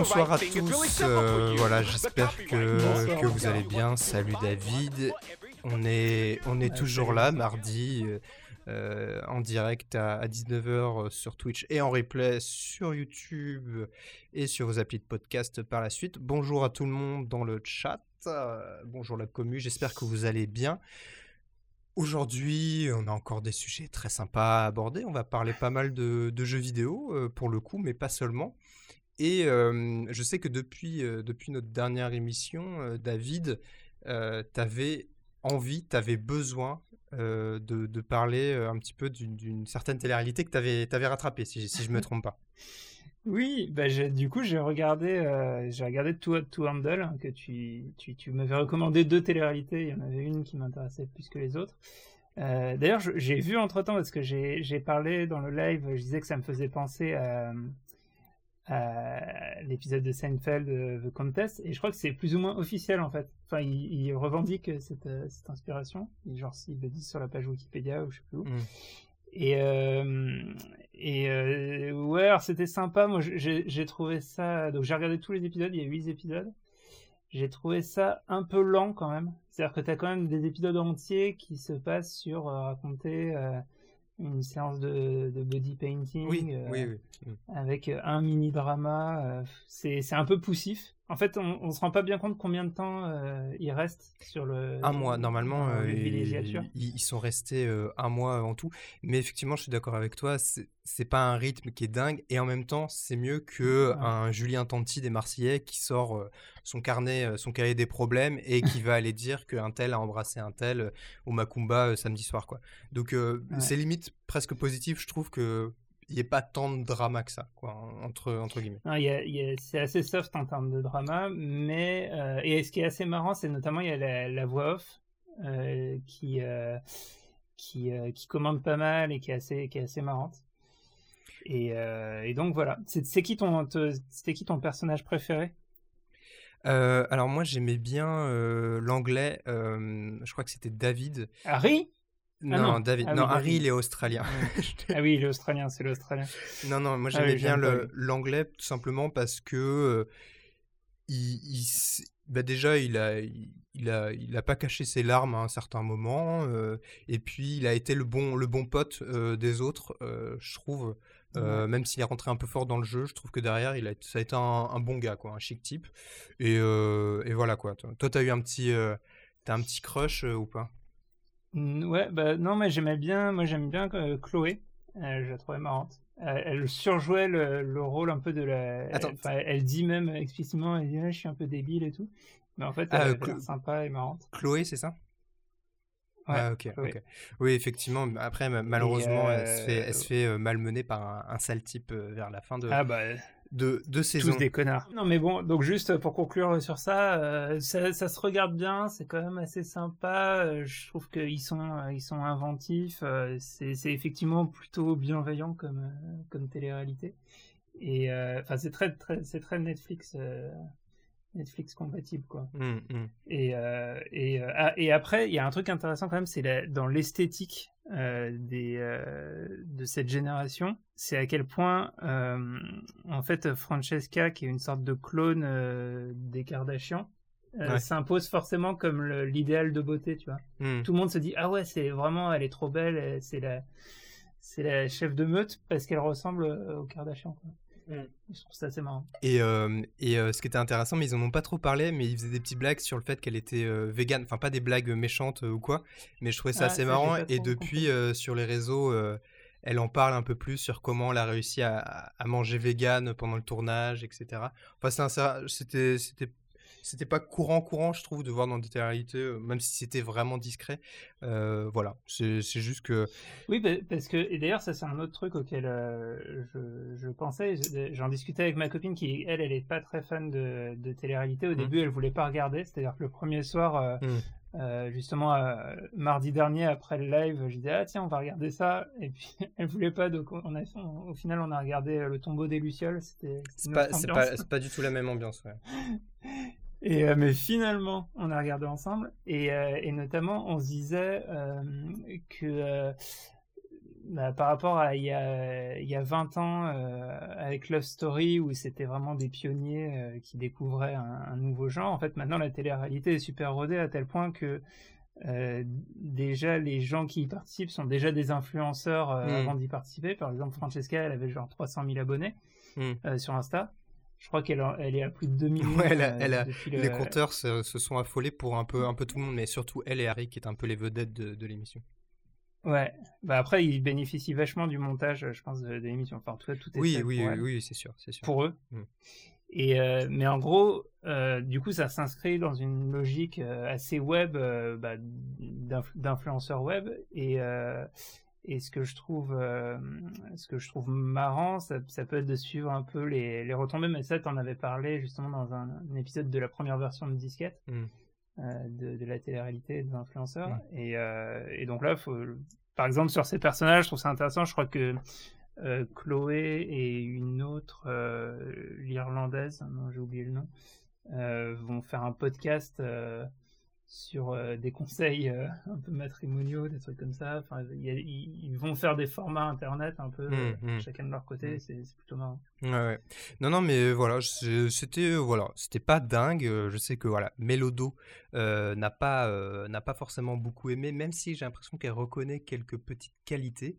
Bonsoir à tous, voilà, j'espère que vous allez bien. Salut David, on est toujours là, mardi, en direct à 19h sur Twitch et en replay sur YouTube et sur vos applis de podcast par la suite. Bonjour à tout le monde dans le chat, bonjour la commu, j'espère que vous allez bien. Aujourd'hui, on a encore des sujets très sympas à aborder, on va parler pas mal de jeux vidéo pour le coup, mais pas seulement. Et je sais que depuis notre dernière émission, David, t'avais envie, t'avais besoin de parler un petit peu d'une certaine télé-réalité que t'avais rattrapée, si je me trompe pas. Oui, bah du coup j'ai regardé Too Hot to Handle, hein, que tu m'avais recommandé 2 téléréalités, il y en avait une qui m'intéressait plus que les autres. D'ailleurs j'ai vu entre-temps, parce que j'ai parlé dans le live, je disais que ça me faisait penser à l'épisode de Seinfeld, The Contest, et je crois que c'est plus ou moins officiel en fait. Enfin, il revendique cette inspiration, genre s'ils le disent sur la page Wikipédia ou je sais plus où. Ouais, alors c'était sympa. Moi j'ai trouvé ça, donc j'ai regardé tous les épisodes, il y a 8 épisodes. J'ai trouvé ça un peu lent quand même, c'est à dire que t'as quand même des épisodes entiers qui se passent sur raconter une séance de body painting, oui. avec un mini drama. C'est un peu poussif. En fait, on se rend pas bien compte combien de temps il reste sur le. Un mois, normalement, le villégiature. ils sont restés un mois en tout. Mais effectivement, je suis d'accord avec toi, c'est pas un rythme qui est dingue. Et en même temps, c'est mieux qu'un Julien Tanti des Marseillais qui sort son cahier des problèmes et qui va aller dire qu'un tel a embrassé un tel au Macumba samedi soir, quoi. Donc, c'est limite presque positif, je trouve que. Il n'y a pas tant de drama que ça, quoi, entre guillemets. Non, c'est assez soft en termes de drama, mais et ce qui est assez marrant, c'est notamment il y a la voix off qui commande pas mal et qui est assez marrante. Et donc voilà. C'était qui ton personnage préféré? Alors moi j'aimais bien l'anglais. Je crois que c'était David. Harry? Non, David. Ah, non, oui, Harry, David. il est australien. Ah oui, il est australien, c'est l'australien. Non, moi j'aimais bien l'anglais tout simplement parce que déjà il a pas caché ses larmes à un certain moment, et puis il a été le bon pote des autres, je trouve. Même s'il est rentré un peu fort dans le jeu, je trouve que derrière ça a été un bon gars, quoi, un chic type. Et voilà, quoi. Toi t'as eu un petit crush ou pas? Ouais, bah non, mais j'aime bien Chloé. Je la trouvais marrante. Elle surjouait le rôle un peu de la. Attends. Elle dit même explicitement, elle dit je suis un peu débile et tout. Mais en fait, elle avait l'air sympa et marrante. Chloé, c'est ça? Ouais, ah, ok. Oui, effectivement. Après, malheureusement, elle se fait malmener par un sale type vers la fin de saison. Tous des connards. Non, mais bon, donc juste pour conclure sur ça, ça se regarde bien, c'est quand même assez sympa. Je trouve qu'ils sont inventifs. C'est effectivement plutôt bienveillant comme télé-réalité. Et enfin, c'est très Netflix. Netflix compatible, quoi. Et après, il y a un truc intéressant quand même, c'est dans l'esthétique de cette génération, c'est à quel point en fait Francesca, qui est une sorte de clone des Kardashian, s'impose forcément comme l'idéal de beauté, tu vois. Tout le monde se dit ah ouais, c'est vraiment, elle est trop belle, c'est la chef de meute parce qu'elle ressemble aux Kardashian, quoi. Je trouve ça assez marrant. Et ce qui était intéressant, mais ils en ont pas trop parlé, mais ils faisaient des petites blagues sur le fait qu'elle était végane, enfin pas des blagues méchantes ou quoi, mais je trouvais ça assez marrant. Et depuis sur les réseaux, elle en parle un peu plus sur comment elle a réussi à manger végane pendant le tournage, etc. Enfin c'était pas courant, je trouve, de voir dans des télé-réalités, même si c'était vraiment discret. Voilà, c'est juste que... Oui, parce que, et d'ailleurs, ça c'est un autre truc auquel je pensais, j'en discutais avec ma copine qui, elle est pas très fan de télé-réalité. Au début, elle voulait pas regarder, c'est-à-dire que le premier soir, justement, mardi dernier, après le live, je disais, ah tiens, on va regarder ça, et puis elle voulait pas, donc au final, on a regardé Le Tombeau des Lucioles. C'est pas du tout la même ambiance, ouais. Mais finalement, on a regardé ensemble et notamment, on se disait que par rapport à il y a 20 ans avec Love Story où c'était vraiment des pionniers qui découvraient un nouveau genre, en fait maintenant la télé-réalité est super rodée à tel point que déjà les gens qui y participent sont déjà des influenceurs avant d'y participer. Par exemple Francesca, elle avait genre 300 000 abonnés sur Insta. Je crois qu'elle est à plus de 2 millions. Ouais, les compteurs se sont affolés pour un peu tout le monde, mais surtout elle et Harry qui est un peu les vedettes de l'émission. Ouais, après ils bénéficient vachement du montage, je pense, de l'émission. Enfin, en tout cas, tout est fait pour elle. Oui, c'est sûr. Pour eux. Et mais en gros, du coup, ça s'inscrit dans une logique assez web, d'influenceurs web. Et ce que je trouve marrant, ça peut être de suivre un peu les retombées. Mais ça, t'en avais parlé justement dans un épisode de la première version de Disquette. De la télé-réalité et des influenceurs. Et donc là, par exemple, sur ces personnages, je trouve ça intéressant. Je crois que Chloé et une autre, l'Irlandaise, non, j'ai oublié le nom, vont faire un podcast sur des conseils un peu matrimoniaux, des trucs comme ça. Enfin, ils vont faire des formats internet un peu chacun de leur côté. C'est plutôt marrant. Ouais. Non, mais voilà, c'était pas dingue. Je sais que voilà, Mélodo n'a pas forcément beaucoup aimé, même si j'ai l'impression qu'elle reconnaît quelques petites qualités.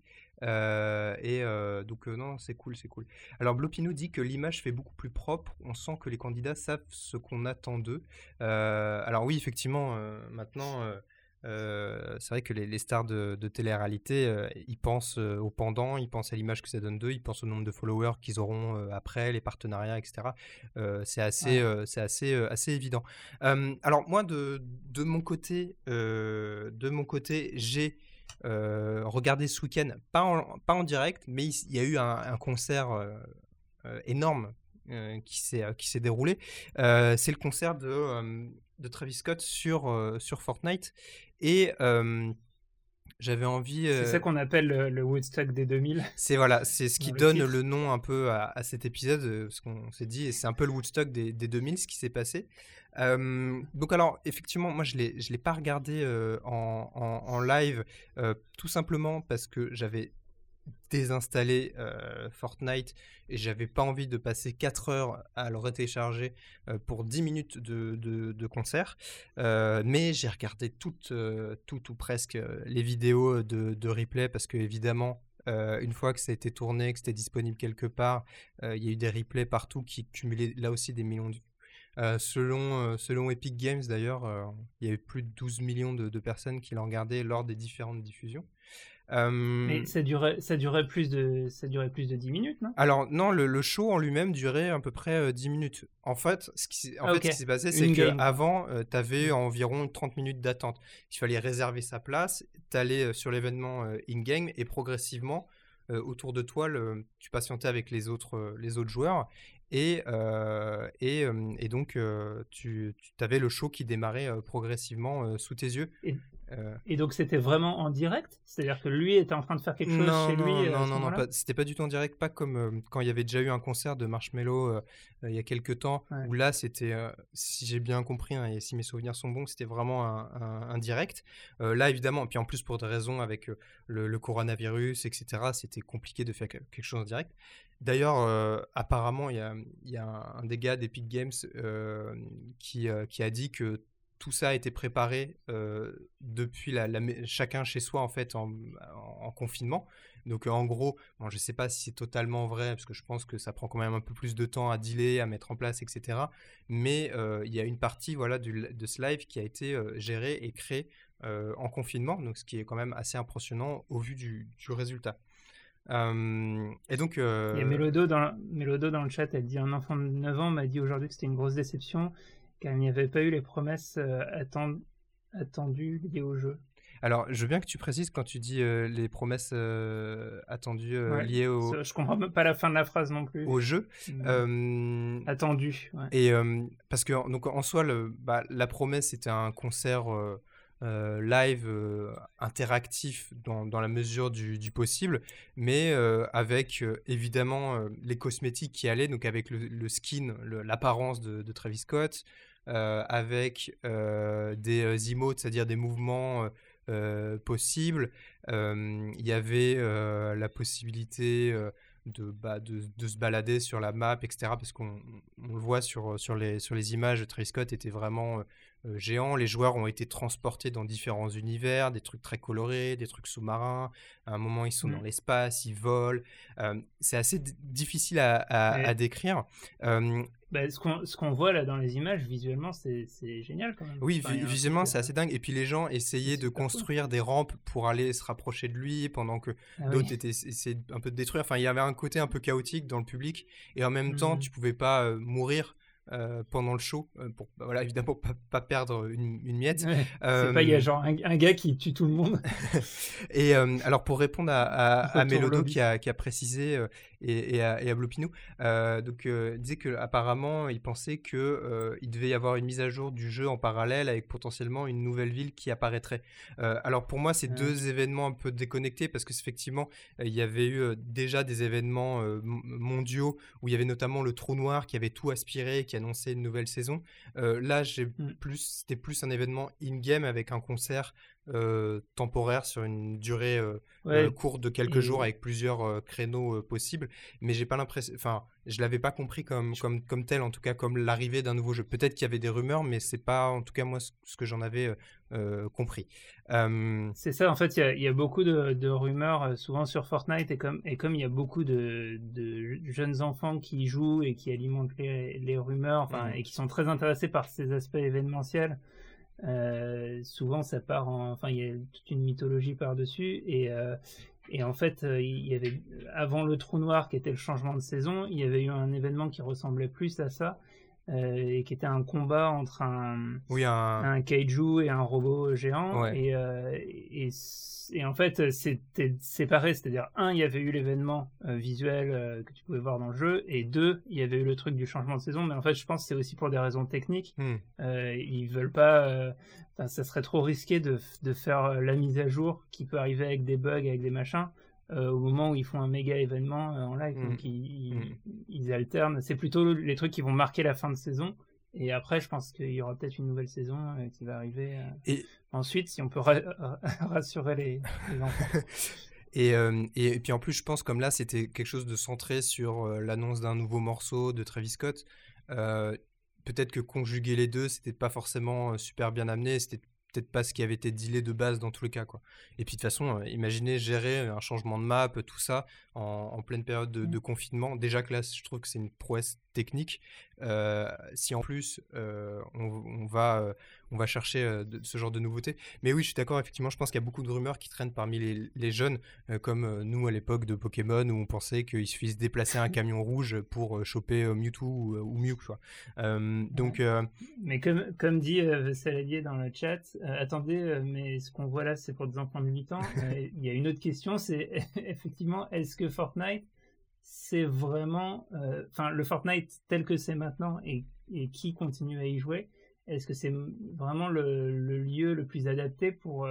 Donc non, c'est cool. Alors Blopinou dit que l'image fait beaucoup plus propre, on sent que les candidats savent ce qu'on attend d'eux. Alors oui, effectivement, maintenant c'est vrai que les stars de télé-réalité, ils pensent au pendant, ils pensent à l'image que ça donne d'eux, ils pensent au nombre de followers qu'ils auront après, les partenariats, etc. C'est assez évident. Alors moi, de mon côté, j'ai regardé ce week-end, pas en direct, mais il y a eu un concert énorme qui s'est déroulé. C'est le concert de Travis Scott sur Fortnite. Et j'avais envie... C'est ça qu'on appelle le Woodstock des 2000. C'est ce qui donne le nom un peu à cet épisode, ce qu'on s'est dit, et c'est un peu le Woodstock des 2000, ce qui s'est passé. Donc alors, effectivement, moi je l'ai pas regardé en live, tout simplement parce que j'avais désinstallé Fortnite et j'avais pas envie de passer 4 heures à le retélécharger pour 10 minutes de concert, mais j'ai regardé tout presque les vidéos de replay parce que évidemment une fois que ça a été tourné, que c'était disponible quelque part, il y a eu des replays partout qui cumulaient là aussi des millions de vues. Selon Epic Games d'ailleurs, il y a eu plus de 12 millions de personnes qui l'ont regardé lors des différentes diffusions. Mais ça durait plus de 10 minutes, non ? Alors non, le show en lui-même durait à peu près 10 minutes. En fait, ce qui s'est passé, c'est qu'avant, tu avais environ 30 minutes d'attente. Il fallait réserver sa place, t'allais sur l'événement in-game et progressivement, autour de toi, tu patientais avec les autres joueurs. Et donc, tu avais le show qui démarrait progressivement sous tes yeux. Et donc c'était vraiment en direct ? C'est-à-dire que lui était en train de faire quelque chose chez lui ? Non, c'était pas du tout en direct, pas comme quand il y avait déjà eu un concert de Marshmello il y a quelques temps, où là c'était, si j'ai bien compris et si mes souvenirs sont bons, c'était vraiment un direct. Là évidemment, puis en plus pour des raisons avec le coronavirus, etc., c'était compliqué de faire quelque chose en direct. D'ailleurs, apparemment, il y a un des gars d'Epic Games qui a dit que tout ça a été préparé depuis chacun chez soi en fait en confinement. Donc en gros, bon, je sais pas si c'est totalement vrai parce que je pense que ça prend quand même un peu plus de temps à dealer, à mettre en place, etc. Mais il y a une partie de ce live qui a été gérée et créée en confinement, donc ce qui est quand même assez impressionnant au vu du résultat. Et donc, il y a Mélodo dans le chat, elle dit: un enfant de 9 ans m'a dit aujourd'hui que c'était une grosse déception car il n'y avait pas eu les promesses attendues liées au jeu. Alors, je veux bien que tu précises quand tu dis les promesses attendues liées au... Je comprends pas la fin de la phrase non plus. Au jeu. Attendu. Ouais. Et parce que donc, en soi, la promesse c'était un concert live interactif dans la mesure du possible, mais avec évidemment les cosmétiques qui allaient, donc avec le skin, l'apparence de Travis Scott, avec des emotes, c'est-à-dire des mouvements possibles. Il y avait la possibilité de se balader sur la map, etc. Parce qu'on le voit sur les images, Travis Scott était vraiment géant. Les joueurs ont été transportés dans différents univers, des trucs très colorés, des trucs sous-marins. À un moment, ils sont dans l'espace, ils volent. C'est assez difficile à décrire. Ce qu'on voit là dans les images, visuellement, c'est génial quand même. Oui, visuellement, c'est assez dingue. Et puis les gens essayaient de construire des rampes pour aller se rapprocher de lui, pendant que d'autres essayaient un peu de détruire. Enfin, il y avait un côté un peu chaotique dans le public. Et en même temps, tu pouvais pas mourir pendant le show, pour évidemment pas perdre une miette. Ouais, c'est pas, il y a genre un gars qui tue tout le monde. Et alors pour répondre à Mélodo qui a précisé et à Blopinou, donc il disait qu'apparemment il pensait qu'il devait y avoir une mise à jour du jeu en parallèle avec potentiellement une nouvelle ville qui apparaîtrait. Alors pour moi c'est deux événements un peu déconnectés, parce que effectivement il y avait eu déjà des événements mondiaux où il y avait notamment le Trou Noir qui avait tout aspiré, qui annonçait une nouvelle saison. Là c'était plus un événement in-game avec un concert temporaire sur une durée courte de quelques jours, avec plusieurs créneaux possibles, mais j'ai pas l'impression, enfin je l'avais pas compris comme tel, en tout cas comme l'arrivée d'un nouveau jeu. Peut-être qu'il y avait des rumeurs, mais c'est pas en tout cas moi ce que j'en avais compris. C'est ça, en fait il y a beaucoup de rumeurs souvent sur Fortnite, et comme il y a beaucoup de jeunes enfants qui y jouent et qui alimentent les rumeurs, et qui sont très intéressés par ces aspects événementiels. Souvent ça part il y a toute une mythologie par-dessus, et en fait il y avait, avant le Trou Noir qui était le changement de saison, il y avait eu un événement qui ressemblait plus à ça, et qui était un combat entre un kaiju et un robot géant, et en fait c'était séparé, c'est-à-dire il y avait eu l'événement visuel que tu pouvais voir dans le jeu, et deux, il y avait eu le truc du changement de saison, mais en fait je pense que c'est aussi pour des raisons techniques. Ils veulent pas, ça serait trop risqué de faire la mise à jour qui peut arriver avec des bugs, avec des machins, au moment où ils font un méga événement en live. Donc ils alternent, c'est plutôt les trucs qui vont marquer la fin de saison, et après je pense qu'il y aura peut-être une nouvelle saison qui va arriver ensuite, si on peut rassurer les enfants. Et puis en plus je pense, comme là c'était quelque chose de centré sur l'annonce d'un nouveau morceau de Travis Scott, peut-être que conjuguer les deux c'était pas forcément super bien amené, c'était peut-être pas ce qui avait été dealé de base dans tous les cas, quoi. Et puis de toute façon, imaginez gérer un changement de map, tout ça en pleine période de confinement. Déjà que là, je trouve que c'est une prouesse technique. Si en plus on va chercher ce genre de nouveautés. Mais oui, je suis d'accord, effectivement, je pense qu'il y a beaucoup de rumeurs qui traînent parmi les jeunes, comme nous à l'époque de Pokémon, où on pensait qu'il suffisait de déplacer un camion rouge pour choper Mewtwo ou Mew, quoi. Donc, mais comme dit Saladier dans le chat, attendez, mais ce qu'on voit là, c'est pour des enfants de 8 ans. Il y a une autre question, c'est effectivement, est-ce que Fortnite, c'est vraiment, le Fortnite tel que c'est maintenant, et qui continue à y jouer, est-ce que c'est vraiment le lieu le plus adapté pour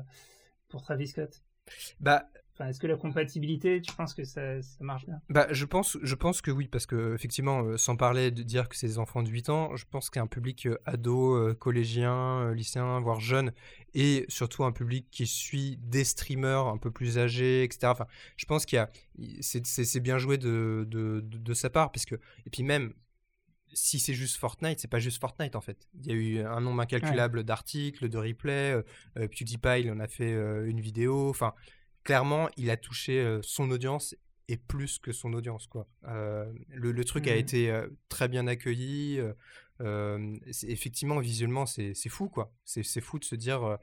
Travis Scott? Est-ce que la compatibilité, tu penses que ça marche bien? Je pense que oui, parce que effectivement, sans parler de dire que c'est des enfants de 8 ans, je pense qu'il y a un public ado, collégien, lycéen, voire jeune, et surtout un public qui suit des streamers un peu plus âgés, etc. Enfin, je pense c'est bien joué de sa part, parce que, et puis même, si c'est juste Fortnite, c'est pas juste Fortnite en fait. Il y a eu un nombre incalculable d'articles, de replays, PewDiePie, il en a fait une vidéo, enfin... Clairement, il a touché son audience, et plus que son audience, quoi. Le truc a été très bien accueilli. Effectivement, visuellement, c'est fou, quoi. C'est fou de se dire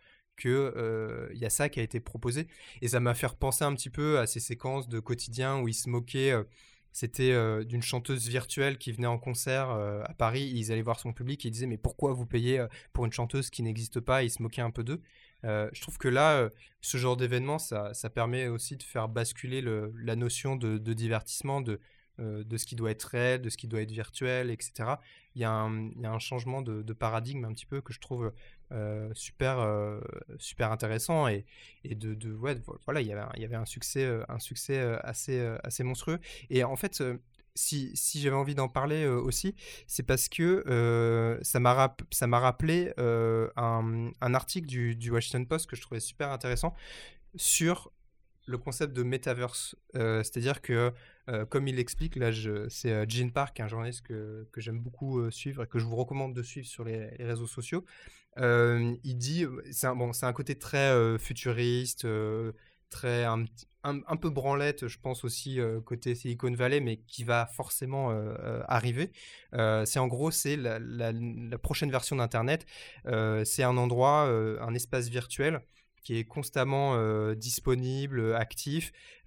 que y a ça qui a été proposé. Et ça m'a fait repenser un petit peu à ces séquences de quotidien où il se moquait. C'était d'une chanteuse virtuelle qui venait en concert à Paris. Ils allaient voir son public et ils disaient « Mais pourquoi vous payez pour une chanteuse qui n'existe pas ?» Ils se moquaient un peu d'eux. Je trouve que là, ce genre d'événement, ça permet aussi de faire basculer la notion de divertissement, de ce qui doit être réel, de ce qui doit être virtuel, etc. Il y a un changement de paradigme un petit peu que je trouve super intéressant, et voilà, il y avait un succès assez monstrueux. Et en fait, si j'avais envie d'en parler aussi, c'est parce que ça m'a rappelé un article du Washington Post que je trouvais super intéressant sur le concept de metaverse. C'est-à-dire que, comme il l'explique, là, c'est Gene Park, un journaliste que j'aime beaucoup suivre et que je vous recommande de suivre sur les réseaux sociaux. Il dit, c'est un côté très futuriste, très un peu branlette, je pense aussi côté Silicon Valley, mais qui va forcément arriver. C'est en gros, c'est la prochaine version d'Internet. C'est un endroit, un espace virtuel qui est constamment disponible, actif,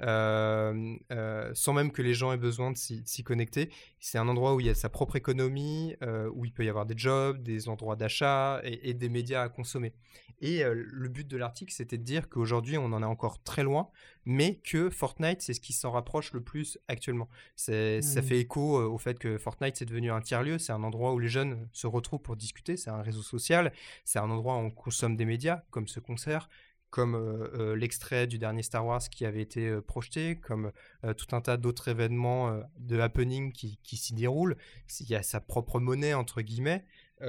sans même que les gens aient besoin de s'y connecter. C'est un endroit où il y a sa propre économie, où il peut y avoir des jobs, des endroits d'achat et des médias à consommer. Et le but de l'article, c'était de dire qu'aujourd'hui, on en est encore très loin, mais que Fortnite, c'est ce qui s'en rapproche le plus actuellement. Ça fait écho au fait que Fortnite, c'est devenu un tiers-lieu. C'est un endroit où les jeunes se retrouvent pour discuter. C'est un réseau social. C'est un endroit où on consomme des médias, comme ce concert, comme l'extrait du dernier Star Wars qui avait été projeté, comme tout un tas d'autres événements de happening qui s'y déroulent. Il y a sa propre monnaie, entre guillemets.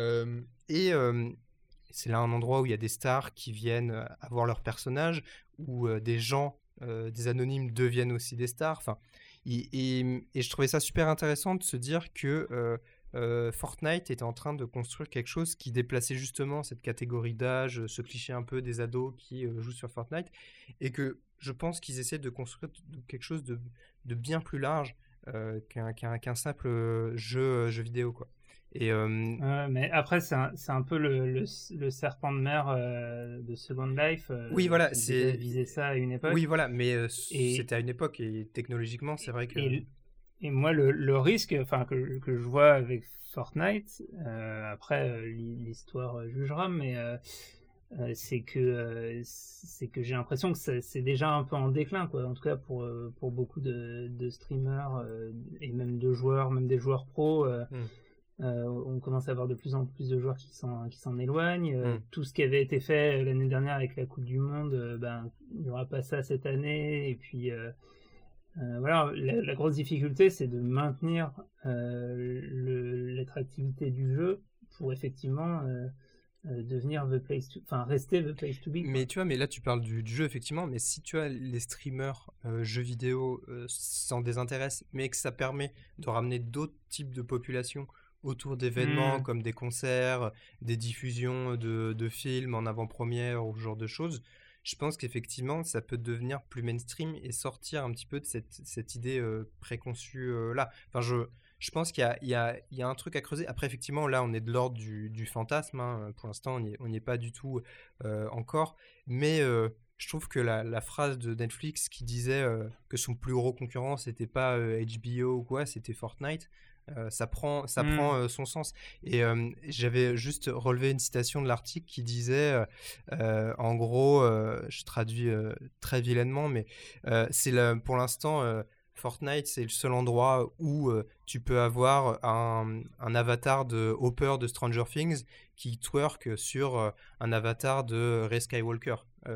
C'est là un endroit où il y a des stars qui viennent avoir leur personnage, où des gens, des anonymes deviennent aussi des stars. Enfin, et je trouvais ça super intéressant de se dire que Fortnite était en train de construire quelque chose qui déplaçait justement cette catégorie d'âge, ce cliché un peu des ados qui jouent sur Fortnite, et que je pense qu'ils essaient de construire quelque chose de bien plus large qu'un simple jeu vidéo, quoi. Et mais après, c'est un peu le serpent de mer de Second Life. Oui, voilà, c'est visé ça à une époque. Oui, voilà, mais c'était à une époque et technologiquement, c'est vrai que. Et moi, le risque, enfin que je vois avec Fortnite, après l'histoire jugera, mais c'est que j'ai l'impression que c'est déjà un peu en déclin, quoi. En tout cas pour beaucoup de streamers et même de joueurs, même des joueurs pros. On commence à avoir de plus en plus de joueurs qui s'en éloignent. Tout ce qui avait été fait l'année dernière avec la Coupe du Monde, il n'y aura pas ça cette année. Et puis voilà, la grosse difficulté, c'est de maintenir l'attractivité du jeu pour effectivement devenir rester the place to be. Mais tu vois, mais là tu parles du jeu effectivement, mais si tu as les streamers jeux vidéo s'en désintéressent, mais que ça permet de ramener d'autres types de populations autour d'événements comme des concerts, des diffusions de films en avant-première ou ce genre de choses, je pense qu'effectivement ça peut devenir plus mainstream et sortir un petit peu de cette idée préconçue là. Enfin, je pense qu'il y a un truc à creuser. Après, effectivement, là on est de l'ordre du fantasme, hein. Pour l'instant on n'y est pas du tout encore, mais je trouve que la phrase de Netflix qui disait que son plus gros concurrent c'était pas HBO ou quoi, c'était Fortnite. Ça prend son sens. Et j'avais juste relevé une citation de l'article qui disait, en gros, je traduis très vilainement, mais pour l'instant, Fortnite, c'est le seul endroit où tu peux avoir un avatar de Hopper de Stranger Things qui twerk sur un avatar de Rey Skywalker.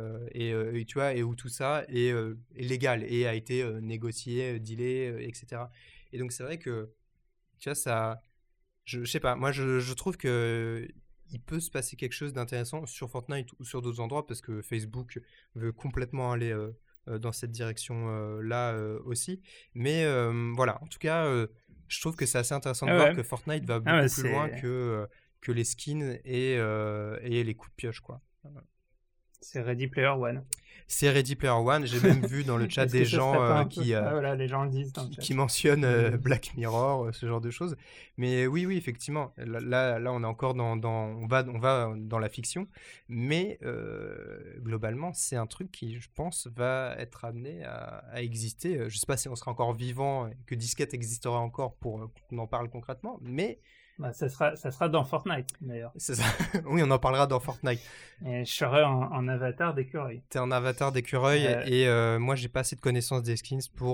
Et tu vois, et où tout ça est légal et a été négocié, dealé, etc. Et donc c'est vrai que tu vois, ça, je sais pas, moi je trouve que il peut se passer quelque chose d'intéressant sur Fortnite ou sur d'autres endroits parce que Facebook veut complètement aller dans cette direction-là aussi. Mais voilà, en tout cas, je trouve que c'est assez intéressant de voir que Fortnite va beaucoup plus loin que les skins et les coups de pioche, quoi. C'est Ready Player One. C'est Ready Player One. J'ai même vu dans le chat des gens les gens le disent qui mentionnent Black Mirror, ce genre de choses. Mais oui, effectivement. Là, on est encore on va dans la fiction. Mais globalement, c'est un truc qui, je pense, va être amené à exister. Je ne sais pas si on sera encore vivant et que Disquette existera encore pour qu'on en parle concrètement. Mais ça sera dans Fortnite, d'ailleurs. C'est ça. Oui, on en parlera dans Fortnite. Et je serai en avatar d'écureuil. T'es en avatar d'écureuil et moi, j'ai pas assez de connaissances des skins pour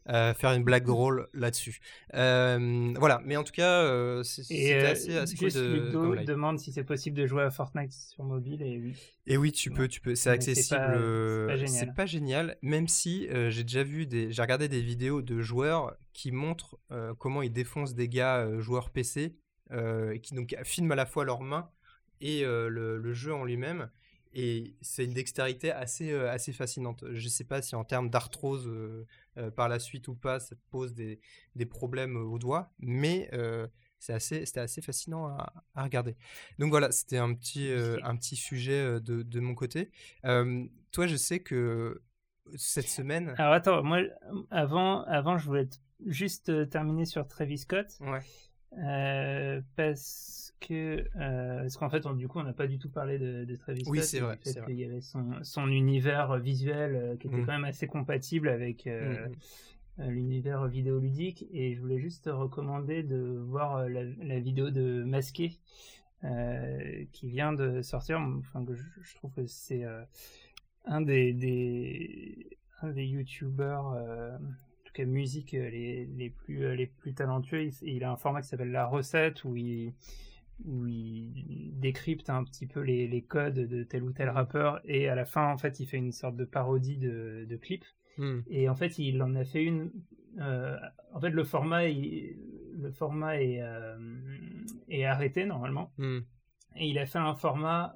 faire une blague drôle là-dessus. Voilà, mais en tout cas, c'était assez cool Ludo demande si c'est possible de jouer à Fortnite sur mobile, et oui. Et oui, tu peux, c'est accessible. C'est pas génial, même si j'ai déjà j'ai regardé des vidéos de joueurs qui montrent comment ils défoncent des gars joueurs PC, qui donc filment à la fois leurs mains et le jeu en lui-même. Et c'est une dextérité assez fascinante. Je ne sais pas si en termes d'arthrose par la suite ou pas, ça te pose des problèmes aux doigts, mais c'était assez fascinant à regarder. Donc voilà, c'était un petit sujet de mon côté. Toi, je sais que cette semaine... Alors attends, moi, avant je voulais juste terminer sur Travis Scott. Ouais. Parce qu'en fait, du coup, on n'a pas du tout parlé de Travis Scott. Oui, c'est vrai. Il y avait son univers visuel qui était quand même assez compatible avec l'univers vidéoludique. Et je voulais juste te recommander de voir la vidéo de Masqué qui vient de sortir. Enfin, je trouve que c'est un des youtubeurs musique les plus talentueux. Il a un format qui s'appelle La Recette où il décrypte un petit peu les codes de tel ou tel rappeur, et à la fin en fait il fait une sorte de parodie de clip. Et en fait il en a fait une en fait le format est arrêté normalement, et il a fait un format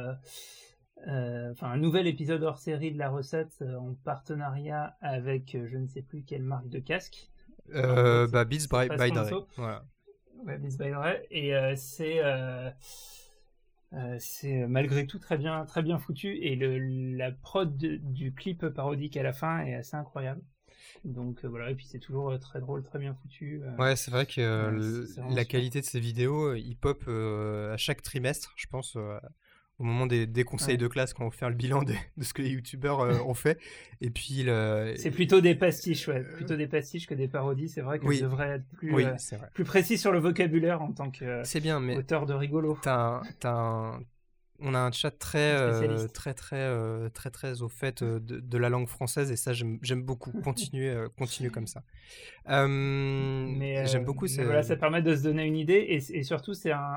un nouvel épisode hors série de La Recette en partenariat avec je ne sais plus quelle marque de casque. Beats by Dre. Voilà. Ouais, Beats by Dre. Et c'est malgré tout très bien foutu, et la prod du clip parodique à la fin est assez incroyable. Donc voilà, et puis c'est toujours très drôle, très bien foutu. Ouais, c'est vrai que la qualité de ces vidéos, il pop à chaque trimestre, je pense. Au moment des conseils de classe, quand on fait le bilan de ce que les youtubeurs ont fait. Et puis c'est plutôt des pastiches, plutôt des pastiches que des parodies. C'est vrai que je devrais être plus précis sur le vocabulaire en tant qu'auteur de rigolo. On a un chat très au fait de la langue française, et ça j'aime beaucoup. Continue comme ça. J'aime beaucoup. Voilà, ça permet de se donner une idée, et surtout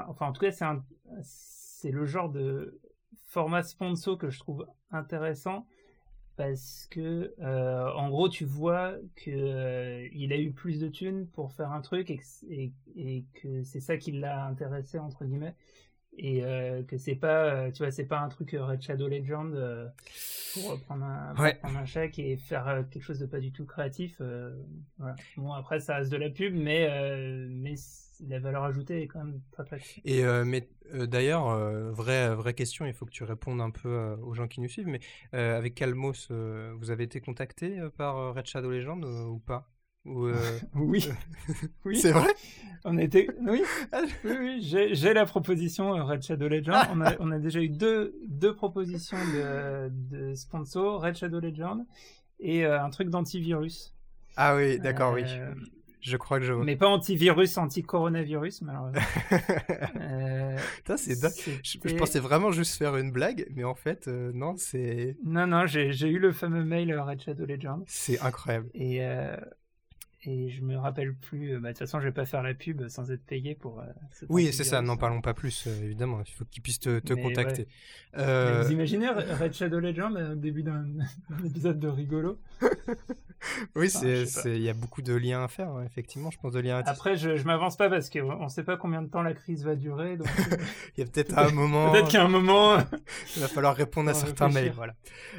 c'est le genre de format sponsor que je trouve intéressant, parce que en gros tu vois que il a eu plus de thunes pour faire un truc, et que c'est ça qui l'a intéressé entre guillemets, et que c'est pas c'est pas un truc Red Shadow Legend pour prendre un chèque et faire quelque chose de pas du tout créatif. Voilà. Bon, après ça reste de la pub, mais la valeur ajoutée est quand même très très cool. Et d'ailleurs, vraie question, il faut que tu répondes un peu aux gens qui nous suivent, mais avec Calmos, vous avez été contacté par Red Shadow Legend ou pas? Oui. C'est vrai? Oui, j'ai la proposition Red Shadow Legend. On a déjà eu deux propositions de sponsor, Red Shadow Legend et un truc d'antivirus. Ah oui, d'accord, oui. Je crois que je vois. Mais pas antivirus, anti-coronavirus, malheureusement. C'est dingue. Je pensais vraiment juste faire une blague, mais en fait, non, c'est... Non, j'ai eu le fameux mail Red Shadow Legend. C'est incroyable. Et je me rappelle plus. De toute façon, je vais pas faire la pub sans être payé pour. Oui, c'est ça. N'en parlons pas plus. Évidemment, il faut qu'ils puissent te contacter. Ouais. Vous imaginez Red Shadow Legend au début d'un épisode de rigolo? Oui, il y a beaucoup de liens à faire, effectivement. Je pense de liens. Après, je m'avance pas parce qu'on ne sait pas combien de temps la crise va durer. Donc... il y a peut-être un moment. Peut-être qu'à un moment, il va falloir répondre à certains mails. Voilà.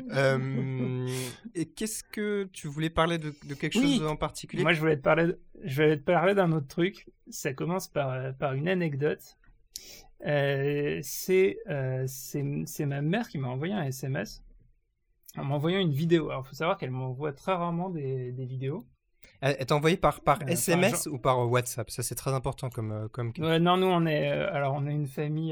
Et qu'est-ce que tu voulais parler de quelque chose en particulier? Moi, je voulais te parler d'un autre truc. Ça commence par une anecdote. C'est ma mère qui m'a envoyé un SMS en m'envoyant une vidéo. Alors, il faut savoir qu'elle m'envoie très rarement des vidéos. Elle t'a envoyé par SMS ou par WhatsApp? Ça, c'est très important comme ouais, non, nous, on est une famille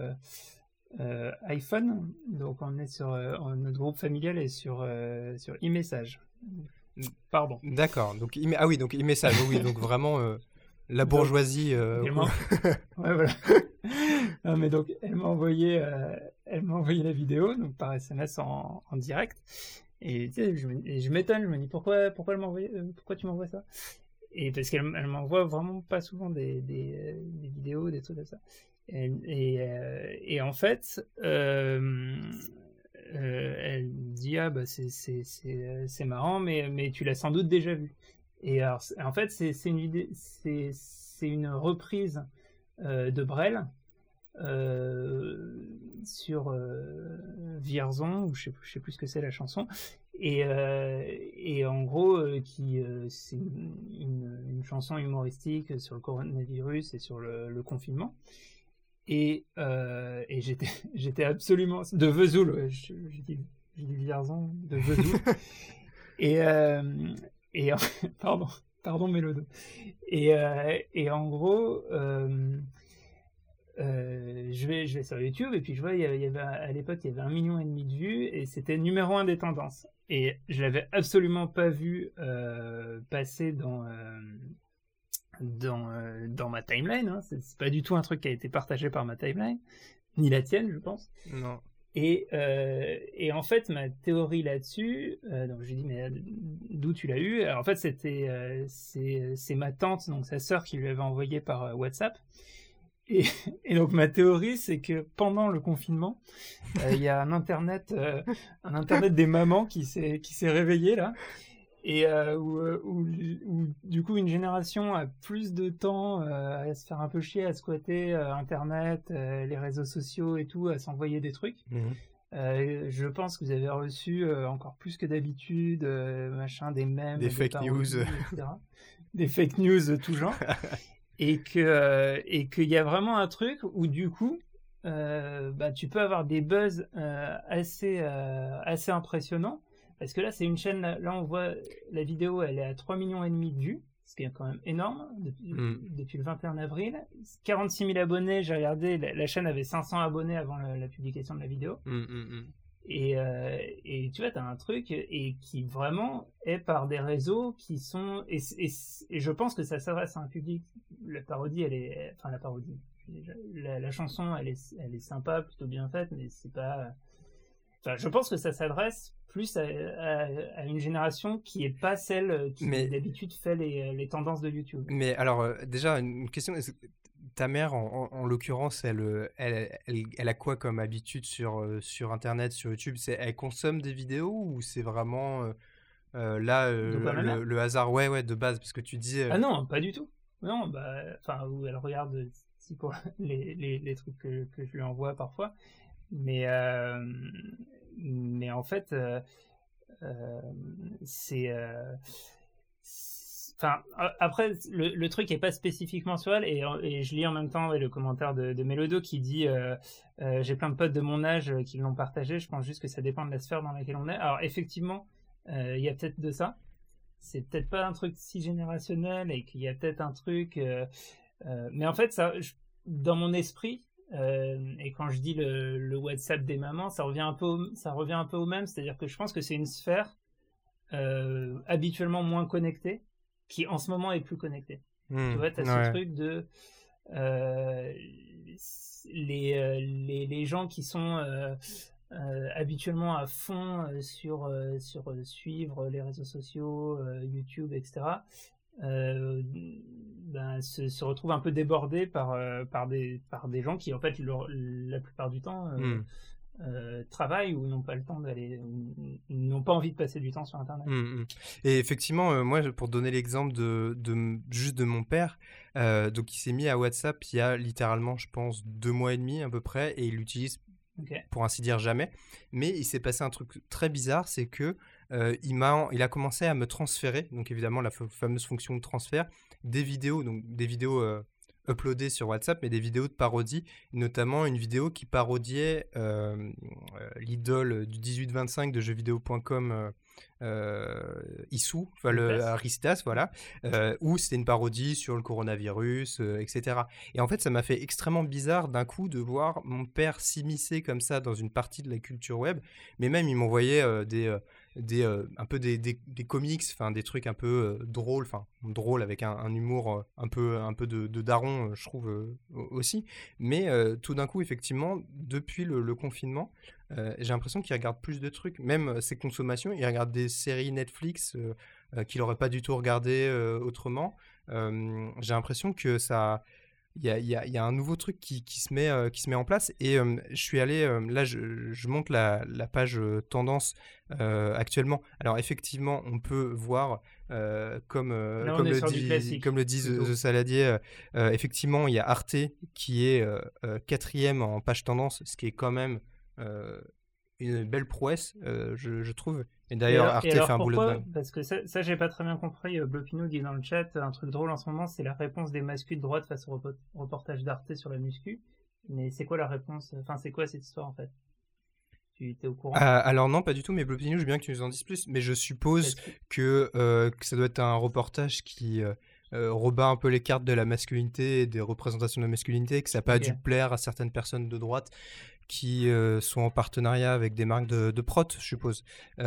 iPhone. Donc, on est notre groupe familial est sur e-message. Pardon. D'accord. Donc, donc e-message. Oui, donc vraiment la bourgeoisie. Ouais, voilà. Non, mais donc, elle m'a envoyé la vidéo donc par SMS en direct. Et tu sais, je m'étonne, je me dis pourquoi pourquoi tu m'envoies ça? Et parce qu'elle m'envoie vraiment pas souvent des vidéos, des trucs comme ça. Et en fait, elle dit ah bah c'est marrant, mais tu l'as sans doute déjà vu. Et alors en fait c'est une reprise de Brel sur Vierzon, ou je sais plus ce que c'est la chanson, et en gros c'est une chanson humoristique sur le coronavirus et sur le confinement. Et j'étais absolument de Vesoul, ouais, j'ai dit Vierzon, de Vesoul. et pardon Mélodo. Et en gros je vais sur YouTube et puis je vois il y avait à l'époque il y avait 1,5 million de vues et c'était numéro 1 des tendances, et je l'avais absolument pas vu passer dans ma timeline, hein. C'est pas du tout un truc qui a été partagé par ma timeline, ni la tienne je pense. Non. Et en fait ma théorie là-dessus, donc j'ai dit mais d'où tu l'as eu? Alors, en fait c'est ma tante, donc sa sœur, qui lui avait envoyé par WhatsApp. Et donc ma théorie, c'est que pendant le confinement, il y a un internet des mamans qui s'est réveillé là, et où du coup une génération a plus de temps à se faire un peu chier, à squatter internet, les réseaux sociaux et tout, à s'envoyer des trucs. Je pense que vous avez reçu encore plus que d'habitude des mèmes, des fake news, etc. Des fake news de tout genre. Et qu'il y a vraiment un truc où du coup tu peux avoir des buzz assez impressionnants, parce que là c'est une chaîne, là on voit la vidéo, elle est à 3,5 millions de vues, ce qui est quand même énorme depuis le 21 avril. 46 000 abonnés, j'ai regardé, la chaîne avait 500 abonnés avant la publication de la vidéo. Et tu vois, t'as un truc et qui vraiment est par des réseaux qui sont et je pense que ça s'adresse à un public. La parodie, la chanson, elle est sympa, plutôt bien faite, mais c'est pas. Enfin, je pense que ça s'adresse plus à une génération qui est pas celle qui d'habitude fait les tendances de YouTube. Mais alors déjà une question. Ta mère, en l'occurrence, elle a quoi comme habitude sur Internet, sur YouTube? Elle consomme des vidéos ou c'est vraiment le hasard? Ouais, de base, parce que tu dis... Ah non, pas du tout. Non, où elle regarde pour les trucs que je lui envoie parfois. Mais en fait, c'est... Enfin, après, le truc est pas spécifiquement sur elle, et je lis en même temps le commentaire de Mélodo qui dit j'ai plein de potes de mon âge qui l'ont partagé, je pense juste que ça dépend de la sphère dans laquelle on est. Alors effectivement, il y a peut-être de ça, c'est peut-être pas un truc si générationnel, et qu'il y a peut-être un truc mais en fait ça, dans mon esprit, et quand je dis le WhatsApp des mamans, ça revient un peu au même, c'est-à-dire que je pense que c'est une sphère habituellement moins connectée, qui en ce moment est plus connecté. Tu vois, t'as ce truc de les gens qui sont habituellement à fond sur suivre les réseaux sociaux, YouTube, etc. Se retrouvent un peu débordés par des gens qui en fait la plupart du temps travaillent ou n'ont pas le temps n'ont pas envie de passer du temps sur Internet. Et effectivement, moi, pour donner l'exemple juste de mon père, donc il s'est mis à WhatsApp il y a littéralement, je pense, 2 mois et demi à peu près, et il l'utilise pour ainsi dire jamais. Mais il s'est passé un truc très bizarre, c'est que il a commencé à me transférer, donc évidemment la fameuse fonction de transfert, des vidéos uploadées sur WhatsApp, mais des vidéos de parodie, notamment une vidéo qui parodiait l'idole du 18-25 de jeuxvideo.com, Issou, Aristas, voilà, où c'était une parodie sur le coronavirus, etc. Et en fait, ça m'a fait extrêmement bizarre d'un coup de voir mon père s'immiscer comme ça dans une partie de la culture web, mais même il m'envoyait un peu des comics, enfin des trucs un peu drôles, enfin drôles avec un humour un peu de daron, je trouve aussi. Mais tout d'un coup, effectivement, depuis le confinement, j'ai l'impression qu'il regarde plus de trucs, même ses consommations. Il regarde des séries Netflix qu'il n'aurait pas du tout regardé autrement. J'ai l'impression que ça il y a un nouveau truc qui se met en place et je suis allé là je monte la page tendance actuellement. Alors effectivement on peut voir Là, on est sur du classique, comme le dit plutôt. The Saladier, effectivement il y a Arte qui est quatrième en page tendance, ce qui est quand même une belle prouesse, je trouve. Et d'ailleurs, Arte fait un boulot de dingue. Parce que ça j'ai pas très bien compris. Blopinou dit dans le chat un truc drôle en ce moment, c'est la réponse des mascus de droite face au reportage d'Arte sur la muscu. Mais c'est quoi la réponse? Enfin, c'est quoi cette histoire en fait? Tu étais au courant? Alors non, pas du tout, mais Blopinou, je veux bien que tu nous en dises plus. Mais je suppose que ça doit être un reportage qui rebat un peu les cartes de la masculinité et des représentations de la masculinité, que ça n'a pas dû plaire à certaines personnes de droite qui sont en partenariat avec des marques de prot, je suppose.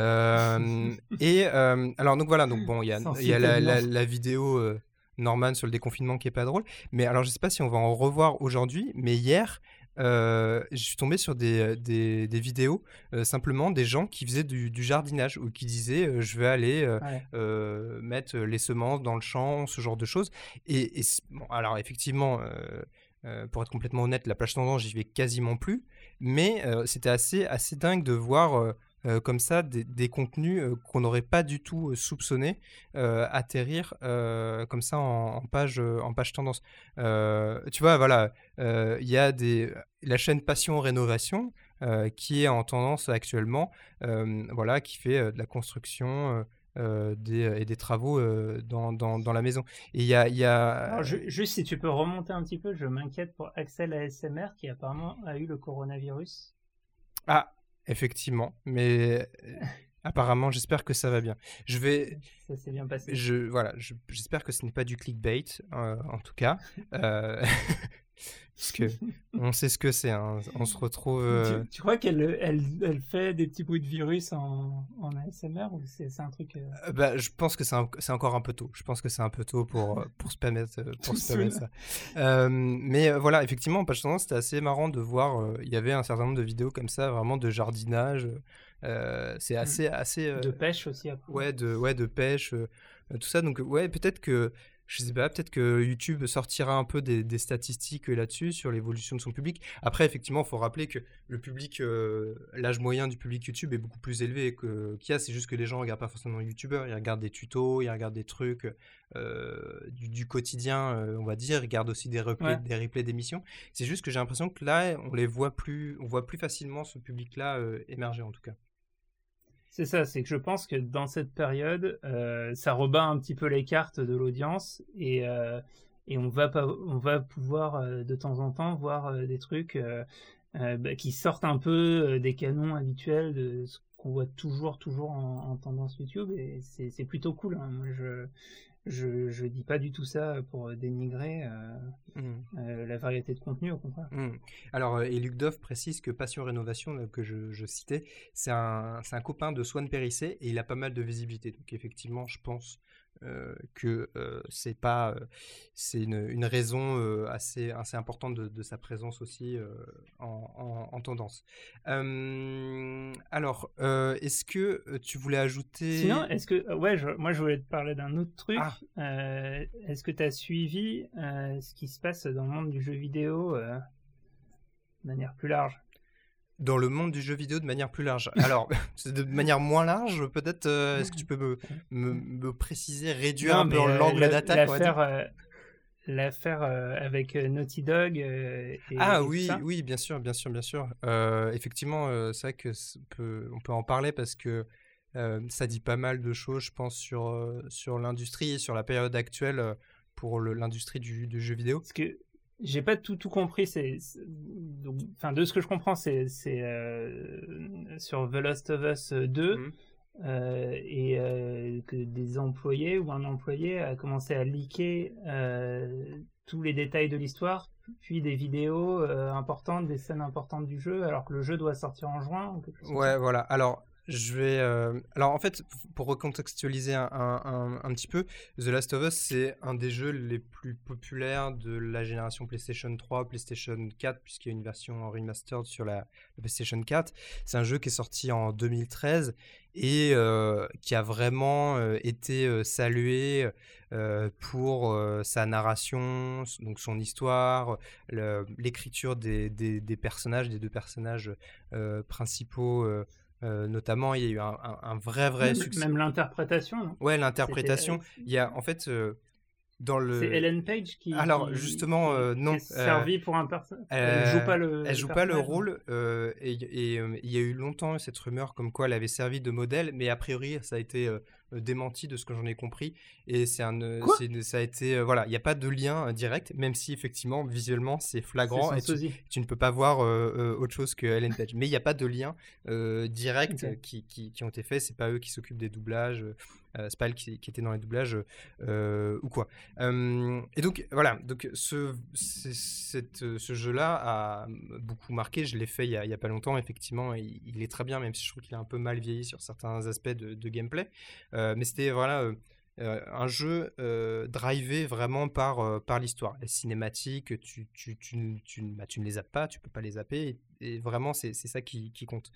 Alors donc voilà, donc bon, il y a la vidéo Norman sur le déconfinement qui est pas drôle, mais alors je sais pas si on va en revoir aujourd'hui, mais hier je suis tombé sur des vidéos simplement des gens qui faisaient du jardinage ou qui disaient je vais aller mettre les semences dans le champ, ce genre de choses. Et bon, alors effectivement pour être complètement honnête, la plage tendance, j'y vais quasiment plus. Mais c'était assez dingue de voir comme ça des contenus qu'on n'aurait pas du tout soupçonné atterrir comme ça en page tendance. Tu vois, voilà, il y a la chaîne Passion Rénovation qui est en tendance actuellement, voilà, qui fait de la construction et des travaux dans la maison. Et il y a... Alors, juste si tu peux remonter un petit peu, je m'inquiète pour Axel ASMR qui apparemment a eu le coronavirus. Ah, effectivement, mais apparemment j'espère que ça va bien. Ça s'est bien passé. J'espère que ce n'est pas du clickbait en tout cas. Parce que on sait ce que c'est, hein. On se retrouve... Tu crois qu'elle fait des petits bruits de virus en ASMR ou c'est un truc... je pense que c'est encore un peu tôt. Je pense que c'est un peu tôt pour spammer ça. Mais voilà, effectivement, en page tendance, c'était assez marrant de voir... Il y avait un certain nombre de vidéos comme ça, vraiment de jardinage. C'est assez... de pêche aussi, après. Ouais, de pêche, tout ça. Donc ouais, peut-être que... Je sais pas, peut-être que YouTube sortira un peu des statistiques là-dessus, sur l'évolution de son public. Après, effectivement, il faut rappeler que le public, l'âge moyen du public YouTube est beaucoup plus élevé qu'il y a. C'est juste que les gens ne regardent pas forcément YouTubeurs, ils regardent des tutos, ils regardent des trucs du quotidien, on va dire. Ils regardent aussi des replays d'émissions. C'est juste que j'ai l'impression que là, on voit plus facilement ce public-là émerger, en tout cas. C'est ça, c'est que je pense que dans cette période, ça rebat un petit peu les cartes de l'audience et on va pouvoir de temps en temps voir des trucs qui sortent un peu des canons habituels de ce qu'on voit toujours en tendance YouTube et c'est plutôt cool, hein. Moi, je dis pas du tout ça pour dénigrer la variété de contenu, au contraire. Alors, et Luc Doff précise que Passion Rénovation, là, que je citais, c'est un copain de Swan Périssé et il a pas mal de visibilité. Donc effectivement, je pense que c'est une raison assez importante de sa présence aussi en tendance. Alors, est-ce que tu voulais ajouter... Sinon, est-ce que... moi je voulais te parler d'un autre truc. Est-ce que tu as suivi ce qui se passe dans le monde du jeu vidéo de manière plus large? Dans le monde du jeu vidéo de manière plus large. Alors, de manière moins large, peut-être, est-ce que tu peux me préciser, réduire un peu l'angle d'attaque? L'affaire avec Naughty Dog oui, bien sûr. Effectivement, c'est vrai on peut en parler parce que ça dit pas mal de choses, je pense, sur l'industrie et sur la période actuelle pour l'industrie du jeu vidéo. Parce que j'ai pas tout compris. De ce que je comprends, c'est sur The Last of Us 2 et que des employés ou un employé a commencé à leaker tous les détails de l'histoire, puis des vidéos importantes, des scènes importantes du jeu, alors que le jeu doit sortir en juin ou quelque chose. Ouais, voilà. Alors, Je vais. Alors en fait, pour recontextualiser un petit peu, The Last of Us, c'est un des jeux les plus populaires de la génération PlayStation 3, PlayStation 4, puisqu'il y a une version remastered sur la PlayStation 4. C'est un jeu qui est sorti en 2013 et qui a vraiment été salué pour sa narration, donc son histoire, l'écriture des personnages, des deux personnages principaux. Notamment, il y a eu un vrai succès. Même l'interprétation, non? Ouais, l'interprétation. Il y a en fait dans le. C'est Ellen Page qui. Alors justement, non. Qui est servie pour un personnage. Elle joue pas le rôle. Et il y a eu longtemps cette rumeur comme quoi elle avait servi de modèle, mais a priori ça a été démenti de ce que j'en ai compris. Et ça a été voilà, il n'y a pas de lien direct, même si effectivement visuellement c'est flagrant et tu ne peux pas voir autre chose que Ellen Page. Mais il n'y a pas de lien direct qui ont été faits. C'est pas eux qui s'occupent des doublages. C'est pas elle qui était dans les doublages ou quoi. Et donc voilà, donc ce jeu-là a beaucoup marqué. Je l'ai fait il y a pas longtemps. Effectivement, il est très bien, même si je trouve qu'il est un peu mal vieilli sur certains aspects de gameplay. Mais c'était voilà un jeu drivé vraiment par l'histoire. Les cinématiques, tu ne les zappes pas, tu peux pas les zapper. Et vraiment, c'est ça qui compte.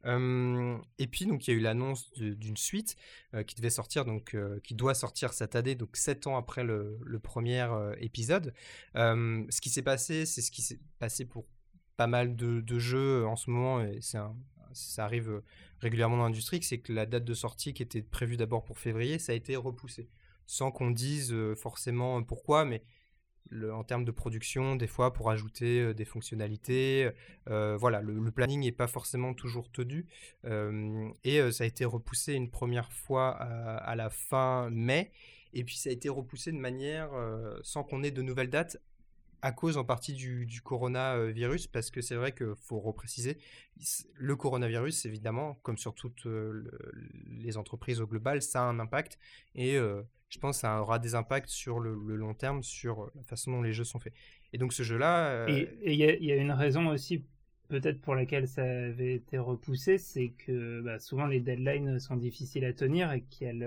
Et puis, donc, il y a eu l'annonce d'une suite qui devait sortir, donc qui doit sortir cette année, donc 7 ans après le premier épisode. Ce qui s'est passé, c'est ce qui s'est passé pour pas mal de jeux en ce moment, et ça arrive régulièrement dans l'industrie, c'est que la date de sortie qui était prévue d'abord pour février, ça a été repoussé. Sans qu'on dise forcément pourquoi, mais en termes de production, des fois pour ajouter des fonctionnalités, voilà, le planning n'est pas forcément toujours tenu. Et ça a été repoussé une première fois à la fin mai, et puis ça a été repoussé de manière sans qu'on ait de nouvelles dates, à cause en partie du coronavirus, parce que c'est vrai qu'il faut repréciser, le coronavirus, évidemment, comme sur toutes les entreprises au global, ça a un impact, et je pense que ça aura des impacts sur le long terme, sur la façon dont les jeux sont faits. Et donc ce jeu-là... Et il y a une raison aussi, peut-être pour laquelle ça avait été repoussé, c'est que souvent les deadlines sont difficiles à tenir et qu'il y a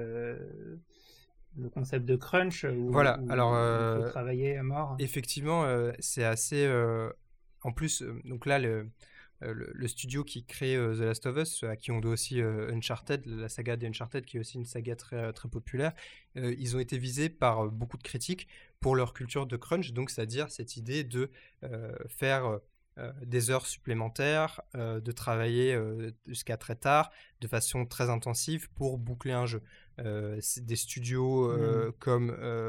le concept de crunch où, voilà, alors, il faut travailler à mort. Effectivement, c'est assez... en plus, donc là, le studio qui crée The Last of Us, à qui on doit aussi Uncharted, la saga des Uncharted, qui est aussi une saga très, très populaire, ils ont été visés par beaucoup de critiques pour leur culture de crunch, donc c'est-à-dire cette idée de faire... des heures supplémentaires, de travailler jusqu'à très tard, de façon très intensive pour boucler un jeu. Des studios comme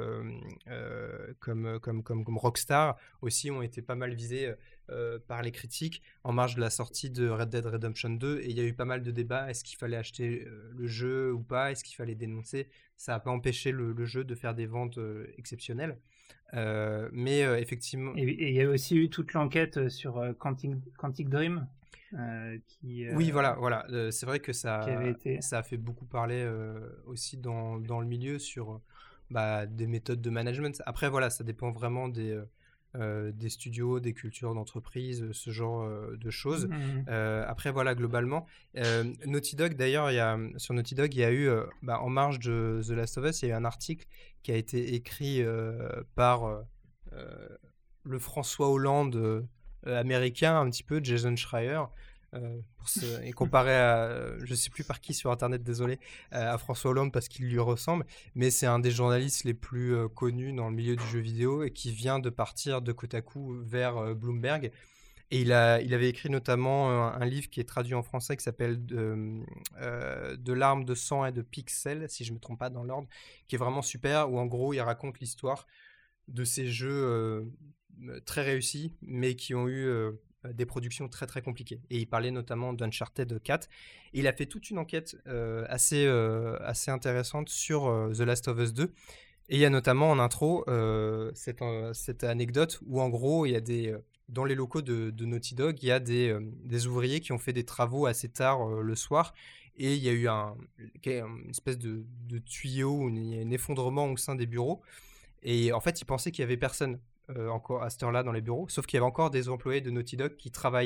Rockstar aussi ont été pas mal visés par les critiques en marge de la sortie de Red Dead Redemption 2, et il y a eu pas mal de débats. Est-ce qu'il fallait acheter le jeu ou pas? Est-ce qu'il fallait dénoncer? Ça n'a pas empêché le jeu de faire des ventes exceptionnelles. Mais effectivement... Et il y a aussi eu toute l'enquête sur Quantic Dream. Oui, voilà. C'est vrai que ça a fait beaucoup parler aussi dans le milieu sur des méthodes de management. Après, voilà, ça dépend vraiment des studios, des cultures d'entreprise, ce genre de choses. Après, voilà, globalement. Naughty Dog, d'ailleurs, sur Naughty Dog, il y a eu, en marge de The Last of Us, il y a eu un article qui a été écrit par le François Hollande américain, un petit peu, Jason Schreier, et comparé à, je sais plus par qui sur internet, désolé, à François Hollande parce qu'il lui ressemble, mais c'est un des journalistes les plus connus dans le milieu du jeu vidéo et qui vient de partir de Kotaku vers Bloomberg. Et il avait écrit notamment un livre qui est traduit en français qui s'appelle De larmes, de sang et de pixels, si je ne me trompe pas dans l'ordre, qui est vraiment super, où en gros il raconte l'histoire de ces jeux très réussis, mais qui ont eu des productions très très compliquées. Et il parlait notamment d'Uncharted 4. Et il a fait toute une enquête assez intéressante sur The Last of Us 2. Et il y a notamment en intro cette anecdote où en gros il y a dans les locaux de Naughty Dog, il y a des ouvriers qui ont fait des travaux assez tard le soir. Et il y a eu une espèce de tuyau, un effondrement au sein des bureaux. Et en fait, ils pensaient qu'il n'y avait personne encore à cette heure-là dans les bureaux, sauf qu'il y avait encore des employés de Naughty Dog qui travaillaient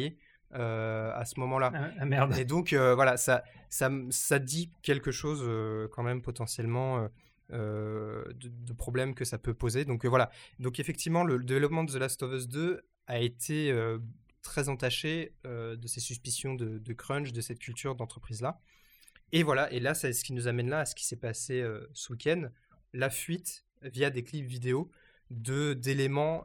à ce moment-là. Ah merde. Et donc, voilà, ça dit quelque chose quand même potentiellement de problèmes que ça peut poser. Donc, voilà. Donc, effectivement, le développement de The Last of Us 2 a été très entaché de ces suspicions de crunch, de cette culture d'entreprise-là. Et voilà, et là, c'est ce qui nous amène là à ce qui s'est passé ce week-end, la fuite via des clips vidéo d'éléments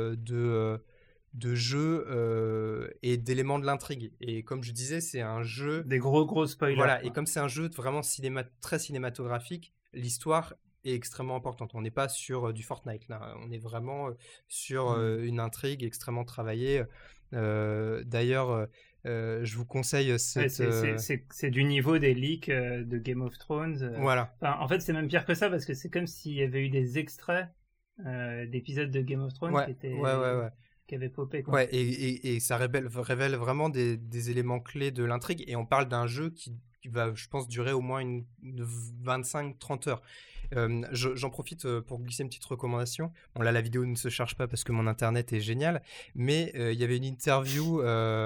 de jeu et d'éléments de l'intrigue. Et comme je disais, c'est un jeu... Des gros spoilers. Voilà, et comme c'est un jeu vraiment très cinématographique, l'histoire est extrêmement importante. On n'est pas sur du Fortnite, là. On est vraiment sur une intrigue extrêmement travaillée. D'ailleurs... je vous conseille cette... c'est du niveau des leaks de Game of Thrones. Voilà. Enfin, en fait, c'est même pire que ça parce que c'est comme s'il y avait eu des extraits d'épisodes de Game of Thrones qui avaient popé. Quoi. Ouais, et ça révèle vraiment des éléments clés de l'intrigue. Et on parle d'un jeu qui va, je pense, durer au moins une 25-30 heures. J'en profite pour glisser une petite recommandation. Bon, là, la vidéo ne se charge pas parce que mon internet est génial, mais il y avait une interview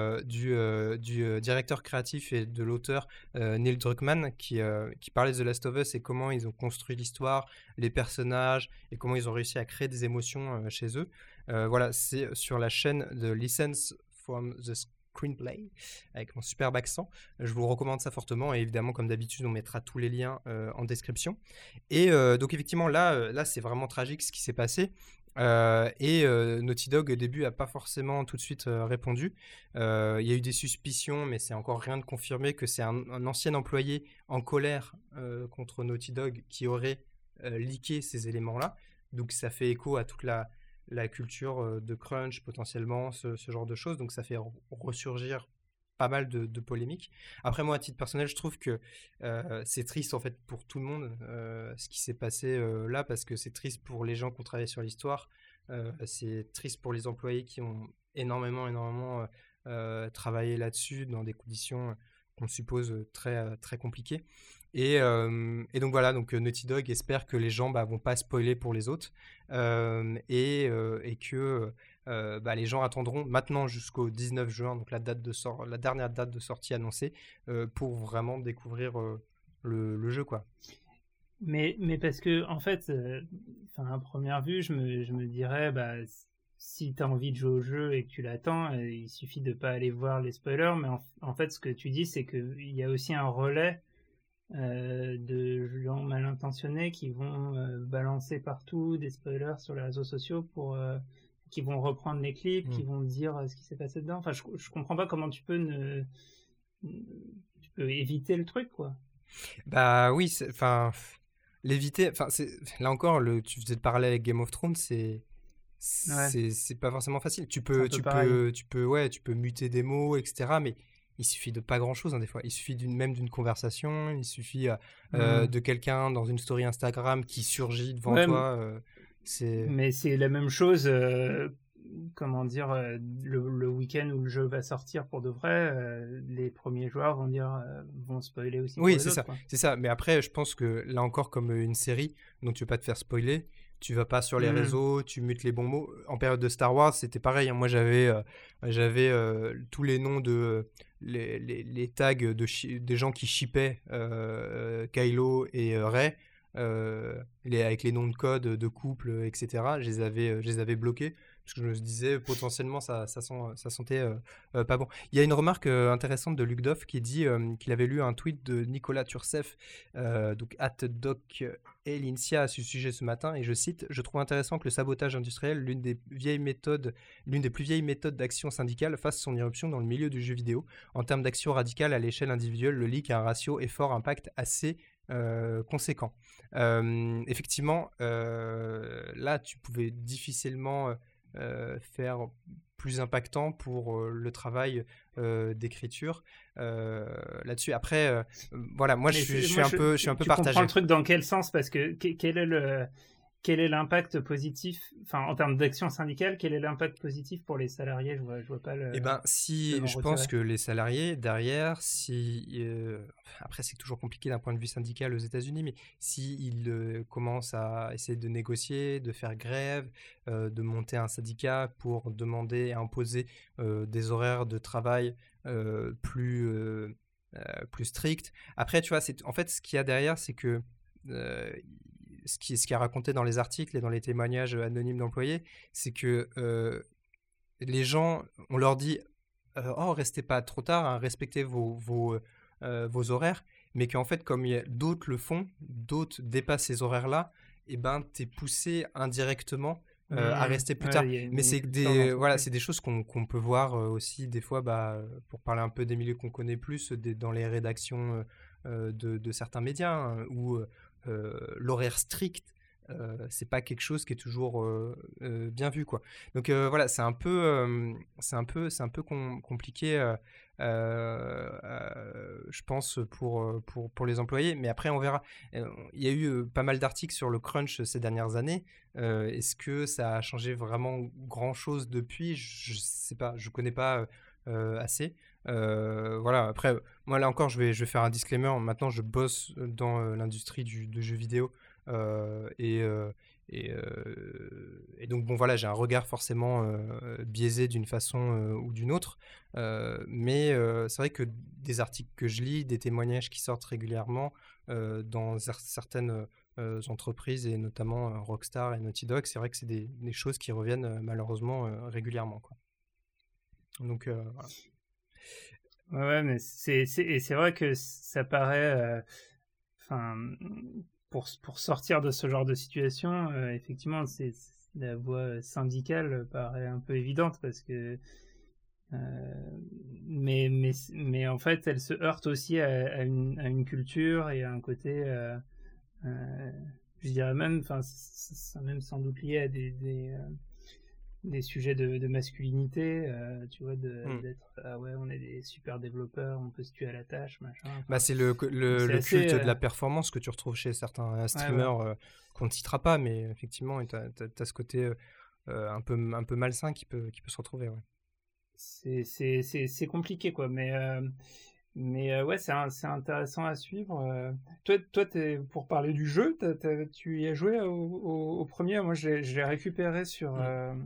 du directeur créatif et de l'auteur Neil Druckmann qui parlait de The Last of Us et comment ils ont construit l'histoire, les personnages et comment ils ont réussi à créer des émotions chez eux. Voilà, c'est sur la chaîne de Lessons from the Screenplay, avec mon superbe accent. Je vous recommande ça fortement et évidemment, comme d'habitude, on mettra tous les liens en description. Et donc effectivement, là c'est vraiment tragique ce qui s'est passé. Et Naughty Dog au début n'a pas forcément tout de suite répondu. Il y a eu des suspicions, mais c'est encore rien de confirmé que c'est un ancien employé en colère contre Naughty Dog qui aurait leaké ces éléments-là. Donc ça fait écho à toute la culture de crunch potentiellement, ce genre de choses. Donc ça fait ressurgir pas mal de polémiques. Après moi, à titre personnel, je trouve que c'est triste en fait pour tout le monde ce qui s'est passé là, parce que c'est triste pour les gens qui ont travaillé sur l'histoire, c'est triste pour les employés qui ont énormément travaillé là-dessus dans des conditions qu'on suppose très, très compliquées. Et donc voilà, donc Naughty Dog espère que les gens vont pas spoiler pour les autres et que les gens attendront maintenant jusqu'au 19 juin, donc la dernière date de sortie annoncée, pour vraiment découvrir le jeu, quoi. Mais parce que en fait, à première vue, je me dirais, si tu as envie de jouer au jeu et que tu l'attends, il suffit de pas aller voir les spoilers. Mais en fait, ce que tu dis, c'est qu'il y a aussi un relais de gens mal intentionnés qui vont balancer partout des spoilers sur les réseaux sociaux qui vont reprendre les clips, qui vont dire ce qui s'est passé dedans. Enfin, je comprends pas comment tu peux éviter le truc, quoi. Bah oui, l'éviter, là encore, tu faisais le parallèle avec Game of Thrones, c'est pas forcément facile. Tu peux muter des mots, etc. Mais il suffit de pas grand-chose, des fois. Il suffit même d'une conversation, il suffit de quelqu'un dans une story Instagram qui surgit devant toi. Mais c'est la même chose, le week-end où le jeu va sortir pour de vrai, les premiers joueurs vont spoiler aussi. Oui, c'est ça. Mais après, je pense que là encore, comme une série dont tu veux pas te faire spoiler, tu vas pas sur les réseaux, tu mutes les bons mots. En période de Star Wars, c'était pareil. Moi, j'avais tous les noms de les tags des gens qui shippaient Kylo et Rey, avec les noms de code de couple, etc. Je les avais bloqués parce que je me disais potentiellement ça sentait pas bon. Il y a une remarque intéressante de Luc Doff qui dit qu'il avait lu un tweet de Nicolas Turcef, donc @doc_elincia à ce sujet ce matin, et je cite: je trouve intéressant que le sabotage industriel, l'une des plus vieilles méthodes d'action syndicale, fasse son irruption dans le milieu du jeu vidéo. En termes d'action radicale à l'échelle individuelle, le leak a un ratio et fort impact assez conséquent. Effectivement, là tu pouvais difficilement faire plus impactant pour le travail d'écriture là-dessus. Après, voilà, moi je suis un peu partagé. Tu comprends le truc dans quel sens? Parce que quel est quel est l'impact positif, enfin en termes d'action syndicale, quel est l'impact positif pour les salariés? Je vois pas le. Eh ben, si je pense que les salariés derrière, après c'est toujours compliqué d'un point de vue syndical aux États-Unis, mais s'ils commencent à essayer de négocier, de faire grève, de monter un syndicat pour demander et imposer des horaires de travail plus stricts. Après, tu vois, en fait ce qu'il y a derrière, c'est que ce qui est raconté dans les articles et dans les témoignages anonymes d'employés, c'est que les gens, on leur dit restez pas trop tard, hein, respectez vos horaires, mais qu'en fait, comme d'autres le font, d'autres dépassent ces horaires-là, et ben t'es poussé indirectement à rester plus tard. Mais c'est des choses qu'on peut voir aussi des fois, pour parler un peu des milieux qu'on connaît plus, dans les rédactions de certains médias, hein, où l'horaire strict, c'est pas quelque chose qui est toujours bien vu, quoi. Donc voilà, c'est un peu compliqué, je pense, pour les employés. Mais après, on verra. Il y a eu pas mal d'articles sur le crunch ces dernières années. Est-ce que ça a changé vraiment grand-chose depuis? Je sais pas, je connais pas assez. Voilà, après, moi là encore, je vais faire un disclaimer. Maintenant, je bosse dans l'industrie de jeux vidéo. Et donc bon voilà, j'ai un regard forcément biaisé d'une façon ou d'une autre, mais c'est vrai que des articles que je lis, des témoignages qui sortent régulièrement dans certaines entreprises, et notamment Rockstar et Naughty Dog, c'est vrai que c'est des choses qui reviennent malheureusement régulièrement, quoi. Donc voilà. Ouais, mais c'est vrai que ça paraît, pour sortir de ce genre de situation, effectivement, la voie syndicale paraît un peu évidente, parce que mais en fait, elle se heurte aussi à une culture et à un côté, je dirais même, c'est même sans doute lié à des sujets de masculinité, tu vois, d'être on est des super développeurs, on peut se tuer à la tâche, machin. C'est le culte de la performance que tu retrouves chez certains streamers, qu'on ne citera pas, mais effectivement, tu as ce côté un peu malsain qui peut se retrouver. Ouais. C'est compliqué, quoi, mais ouais, c'est intéressant à suivre. Toi, pour parler du jeu, tu y as joué au premier? Moi, je l'ai récupéré sur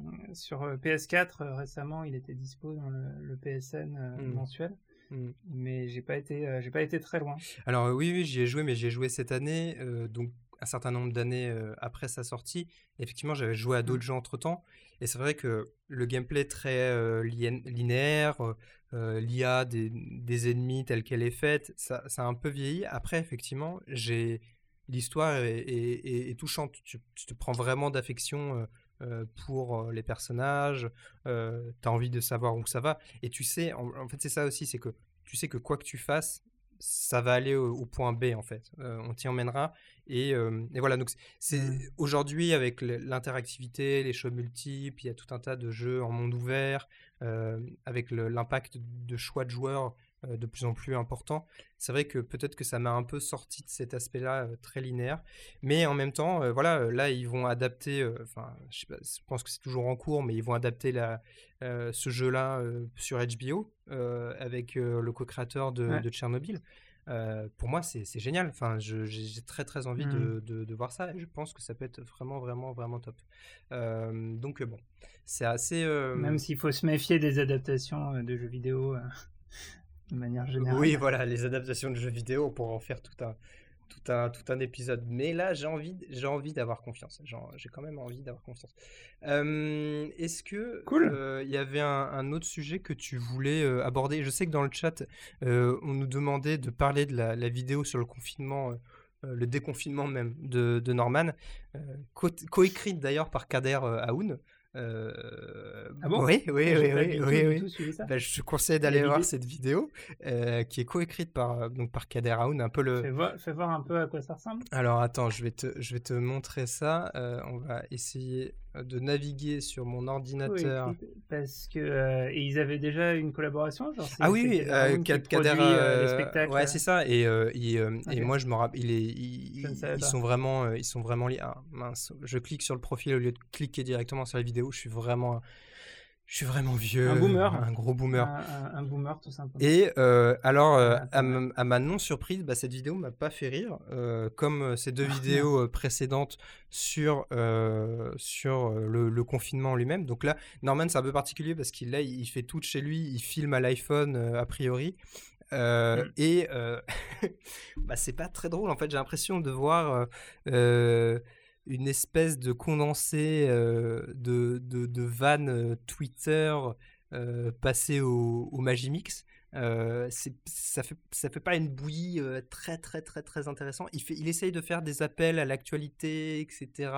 PS4 récemment. Il était dispo dans le PSN mensuel. Mais j'ai pas été très loin. Alors oui, j'y ai joué, mais j'y ai joué cette année, donc un certain nombre d'années après sa sortie. Effectivement, j'avais joué à d'autres jeux entre-temps, et c'est vrai que le gameplay très linéaire, l'IA des ennemis telle qu'elle est faite, ça a un peu vieilli. Après, effectivement, l'histoire est touchante. Tu te prends vraiment d'affection pour les personnages, t'as envie de savoir où ça va, et tu sais, en fait c'est ça aussi, c'est que tu sais que quoi que tu fasses, ça va aller au point B, en fait. On t'y emmènera, et voilà. Donc c'est aujourd'hui, avec l'interactivité, les choix multiples, il y a tout un tas de jeux en monde ouvert, avec l'impact de choix de joueurs de plus en plus important. C'est vrai que peut-être que ça m'a un peu sorti de cet aspect-là très linéaire, mais en même temps, là ils vont adapter, je sais pas, je pense que c'est toujours en cours, mais ils vont adapter ce jeu-là sur HBO avec le co-créateur de Tchernobyl. Pour moi, c'est génial. J'ai très très envie de voir ça, et je pense que ça peut être vraiment vraiment vraiment top. Donc bon, c'est assez. Même s'il faut se méfier des adaptations de jeux vidéo. De manière générale. Oui, voilà, les adaptations de jeux vidéo, on pourrait en faire tout un épisode. Mais là, j'ai envie d'avoir confiance. J'ai quand même envie d'avoir confiance. Est-ce que il y avait un autre sujet que tu voulais aborder? Je sais que dans le chat, on nous demandait de parler de la vidéo sur le confinement, le déconfinement même de Norman, coécrite d'ailleurs par Kader Aoun. Ah bon? Oui. Je te conseille d'aller voir cette vidéo qui est coécrite par Kader Aoun, un peu Fais voir un peu à quoi ça ressemble. Alors attends, je vais te montrer ça. On va essayer de naviguer sur mon ordinateur. Oui, parce que et ils avaient déjà une collaboration, genre Ah oui, Kader, les spectacles. Ouais, c'est ça. Et Okay. moi, je me rappelle, ils sont vraiment liés. Ah, mince, je clique sur le profil au lieu de cliquer directement sur la vidéo. Je suis vraiment vieux. Un boomer. Un gros boomer. Un boomer, tout simplement. Et alors, à ma non-surprise, cette vidéo m'a pas fait rire. Comme ces deux vidéos précédentes sur le confinement lui-même. Donc là, Norman, c'est un peu particulier parce il fait tout de chez lui. Il filme à l'iPhone, a priori. Et c'est pas très drôle. En fait, j'ai l'impression de voir... une espèce de condensé de vannes Twitter passer au Magimix. Ça fait pas une bouillie très très très très intéressant. Il essaye de faire des appels à l'actualité, etc.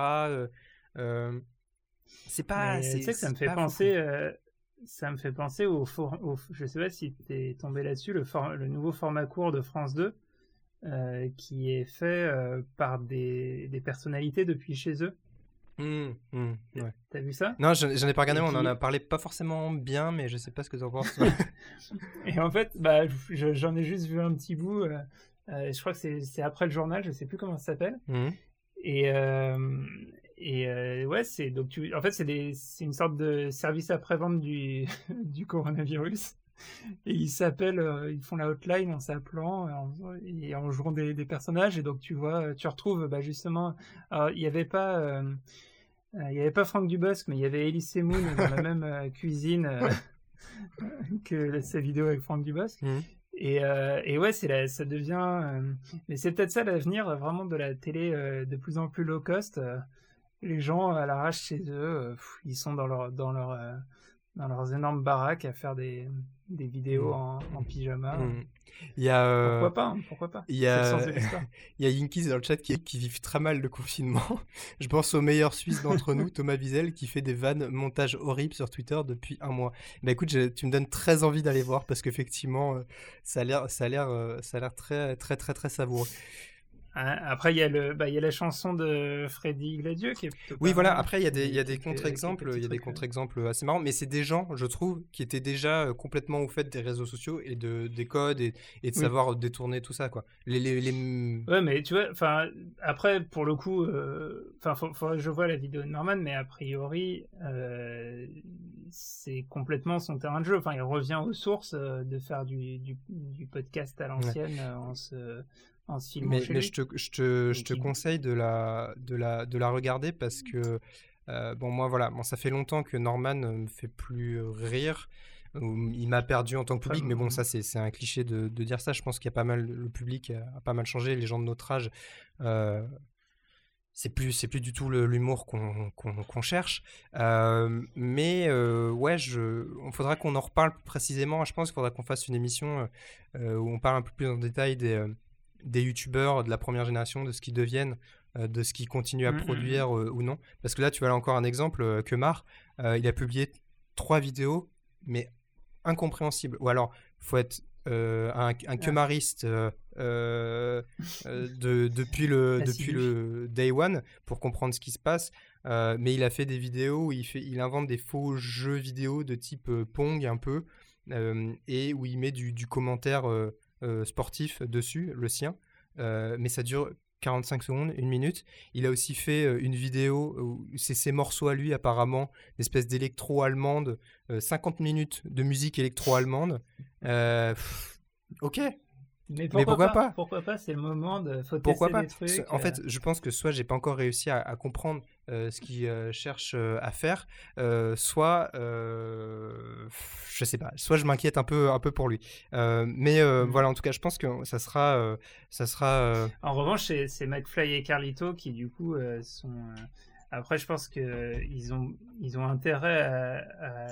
C'est pas. Tu sais que ça me fait penser. Ça me fait penser je sais pas si t'es tombé là-dessus, le nouveau format court de France 2. Qui est fait par des personnalités depuis chez eux. Ouais. T'as vu ça? Non, j'en ai pas regardé, on en a parlé pas forcément bien, mais je sais pas ce que t'en penses. Et en fait, j'en ai juste vu un petit bout. Je crois que c'est après le journal, je sais plus comment ça s'appelle. Et ouais, en fait, c'est une sorte de service après-vente du coronavirus. Et ils font la hotline en s'appelant et en jouant des personnages. Et donc tu retrouves justement. Alors, il y avait pas Franck Dubosc, mais il y avait Elise Moon dans la même cuisine que sa vidéo avec Franck Dubosc. Et ouais, ça devient. Mais c'est peut-être ça l'avenir vraiment de la télé de plus en plus low cost. Les gens à l'arrache chez eux, ils sont dans leurs énormes baraques à faire des vidéos en pyjama. Pourquoi pas. Il y a Yinkies dans le chat qui vivent très mal le confinement. Je pense au meilleur Suisse d'entre nous, Thomas Wiesel, qui fait des vannes montage horribles sur Twitter depuis 1 mois. Écoute, tu me donnes très envie d'aller voir parce qu'effectivement, ça a l'air très très très très savoureux. Après, il y a la chanson de Freddy Gladieux qui est plutôt. Oui, voilà. Après, il y a des contre-exemples, assez marrants, mais c'est des gens, je trouve, qui étaient déjà complètement au fait des réseaux sociaux et des codes et de savoir détourner tout ça, quoi. Ouais, mais tu vois, après, pour le coup, faudrait que je vois la vidéo de Norman, mais a priori, c'est complètement son terrain de jeu. Enfin, il revient aux sources de faire du podcast à l'ancienne en se filmant chez lui. Mais je te conseille de la regarder parce que moi ça fait longtemps que Norman me fait plus rire. Il m'a perdu en tant que public, mais bon, ça c'est un cliché de dire ça. Je pense qu'il y a pas mal, le public a pas mal changé. Les gens de notre âge, c'est plus du tout l'humour qu'on cherche. Mais ouais, il faudra qu'on en reparle plus précisément. Je pense qu'il faudra qu'on fasse une émission où on parle un peu plus en détail des youtubeurs de la première génération, de ce qu'ils deviennent, de ce qu'ils continuent à produire ou non. Parce que là, tu as encore un exemple, Kemar, il a publié 3 vidéos, mais incompréhensibles. Ou alors, il faut être un Kemariste depuis le day one pour comprendre ce qui se passe. Mais il a fait des vidéos où il invente des faux jeux vidéo de type Pong un peu, et où il met du commentaire sportif dessus, le sien, mais ça dure 45 secondes, 1 minute. Il a aussi fait une vidéo où c'est ses morceaux à lui apparemment, une espèce d'électro-allemande, 50 minutes de musique électro-allemande. Ok. Mais pourquoi pas? Pourquoi pas? C'est le moment de faut tester des trucs. En fait, je pense que soit j'ai pas encore réussi à comprendre ce qu'il cherche à faire, soit je sais pas, soit je m'inquiète un peu pour lui. Mais voilà, en tout cas, je pense que ça sera. En revanche, c'est McFly et Carlito qui du coup sont. Après, je pense que ils ont intérêt